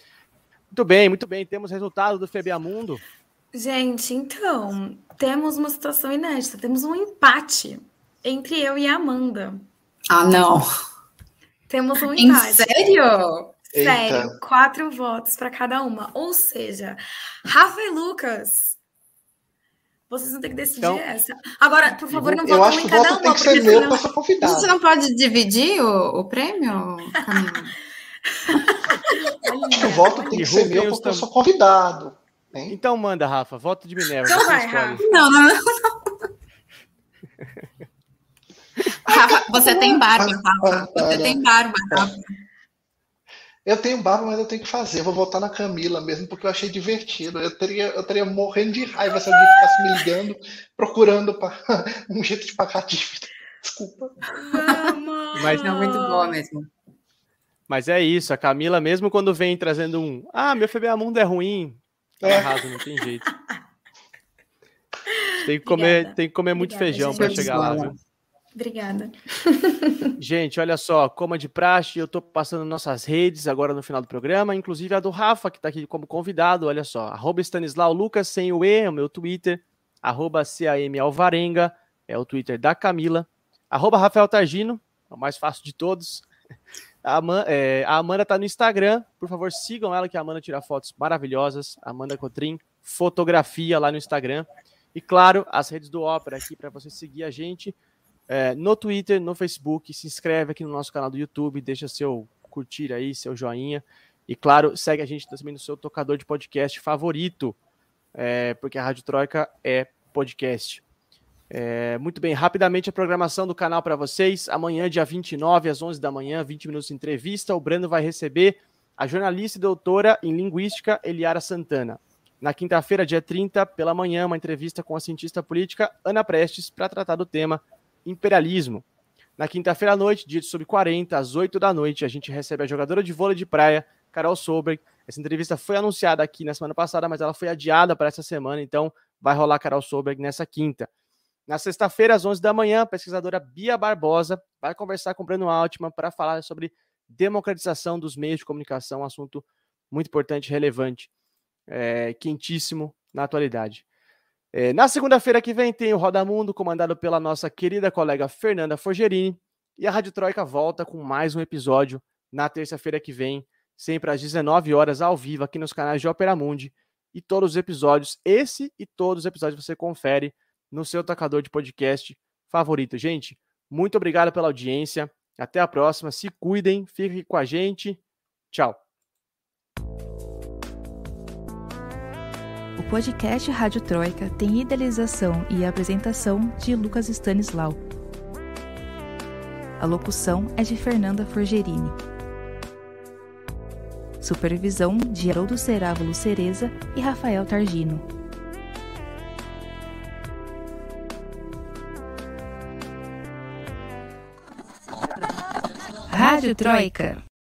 Muito bem, temos resultado do FEBEAmundo. Gente, então, temos uma situação inédita, temos um empate entre eu e a Amanda. Ah, não. Temos um empate. Sério? Sério, Eita. 4 votos para cada uma. Ou seja, Rafa e Lucas, vocês vão ter que decidir então, essa. Agora, por favor, não Eu votem acho que em o cada voto tem uma, que porque ser meu senão... para ser convidado. Você não pode dividir o prêmio, Camila? Acho que o voto tem que ser meu porque eu sou convidado. Hein? Então manda, Rafa, voto de Minerva. Então vai, Rafa. Não. Rafa, você tem barba, Rafa. Você tem barba, Rafa. Eu tenho barba, mas eu tenho que fazer. Eu vou votar na Camila mesmo, porque eu achei divertido. Eu teria morrendo de raiva se alguém ficasse me ligando, procurando um jeito de pagar a dívida. Desculpa. Vamos! Mas não, muito boa mesmo. Mas é isso, a Camila, mesmo quando vem trazendo meu FEBEAmundo é ruim, tá errado, não tem jeito. Tem que comer muito feijão para chegar lá, viu? Obrigada. Gente, olha só, como de praxe, eu tô passando nossas redes agora no final do programa, inclusive a do Rafa, que tá aqui como convidado, olha só, @Stanislau Lucas, sem o E, é o meu Twitter, @CAMAlvarenga, é o Twitter da Camila, @Rafael Targino, é o mais fácil de todos. A Amanda tá no Instagram, por favor sigam ela, que a Amanda tira fotos maravilhosas, Amanda Cotrim, fotografia lá no Instagram, e claro, as redes do Ópera aqui para você seguir a gente, no Twitter, no Facebook, se inscreve aqui no nosso canal do YouTube, deixa seu curtir aí, seu joinha, e claro, segue a gente também no seu tocador de podcast favorito, porque a Rádio Troika é podcast. Muito bem, rapidamente a programação do canal para vocês. Amanhã, dia 29, às 11 da manhã, 20 minutos de entrevista. O Breno vai receber a jornalista e doutora em linguística, Eliara Santana. Na quinta-feira, dia 30, pela manhã, uma entrevista com a cientista política Ana Prestes para tratar do tema imperialismo. Na quinta-feira à noite, dia de Sub-40, às 8 da noite, a gente recebe a jogadora de vôlei de praia, Carol Soberg. Essa entrevista foi anunciada aqui na semana passada, mas ela foi adiada para essa semana, então vai rolar Carol Soberg nessa quinta. Na sexta-feira, às 11 da manhã, a pesquisadora Bia Barbosa vai conversar com o Breno Altman para falar sobre democratização dos meios de comunicação, um assunto muito importante e relevante, quentíssimo na atualidade. Na segunda-feira que vem tem o Roda Mundo, comandado pela nossa querida colega Fernanda Forgerini, e a Rádio Troika volta com mais um episódio na terça-feira que vem, sempre às 19 horas, ao vivo, aqui nos canais de Opera Mundi, e todos os episódios, esse e todos os episódios você confere no seu tocador de podcast favorito. Gente, muito obrigado pela audiência. Até a próxima. Se cuidem, fiquem com a gente. Tchau. O podcast Rádio Troika tem idealização e apresentação de Lucas Stanislau. A locução é de Fernanda Forgerini. Supervisão de Haroldo Cerávulo Cereza e Rafael Targino. Rádio Troika.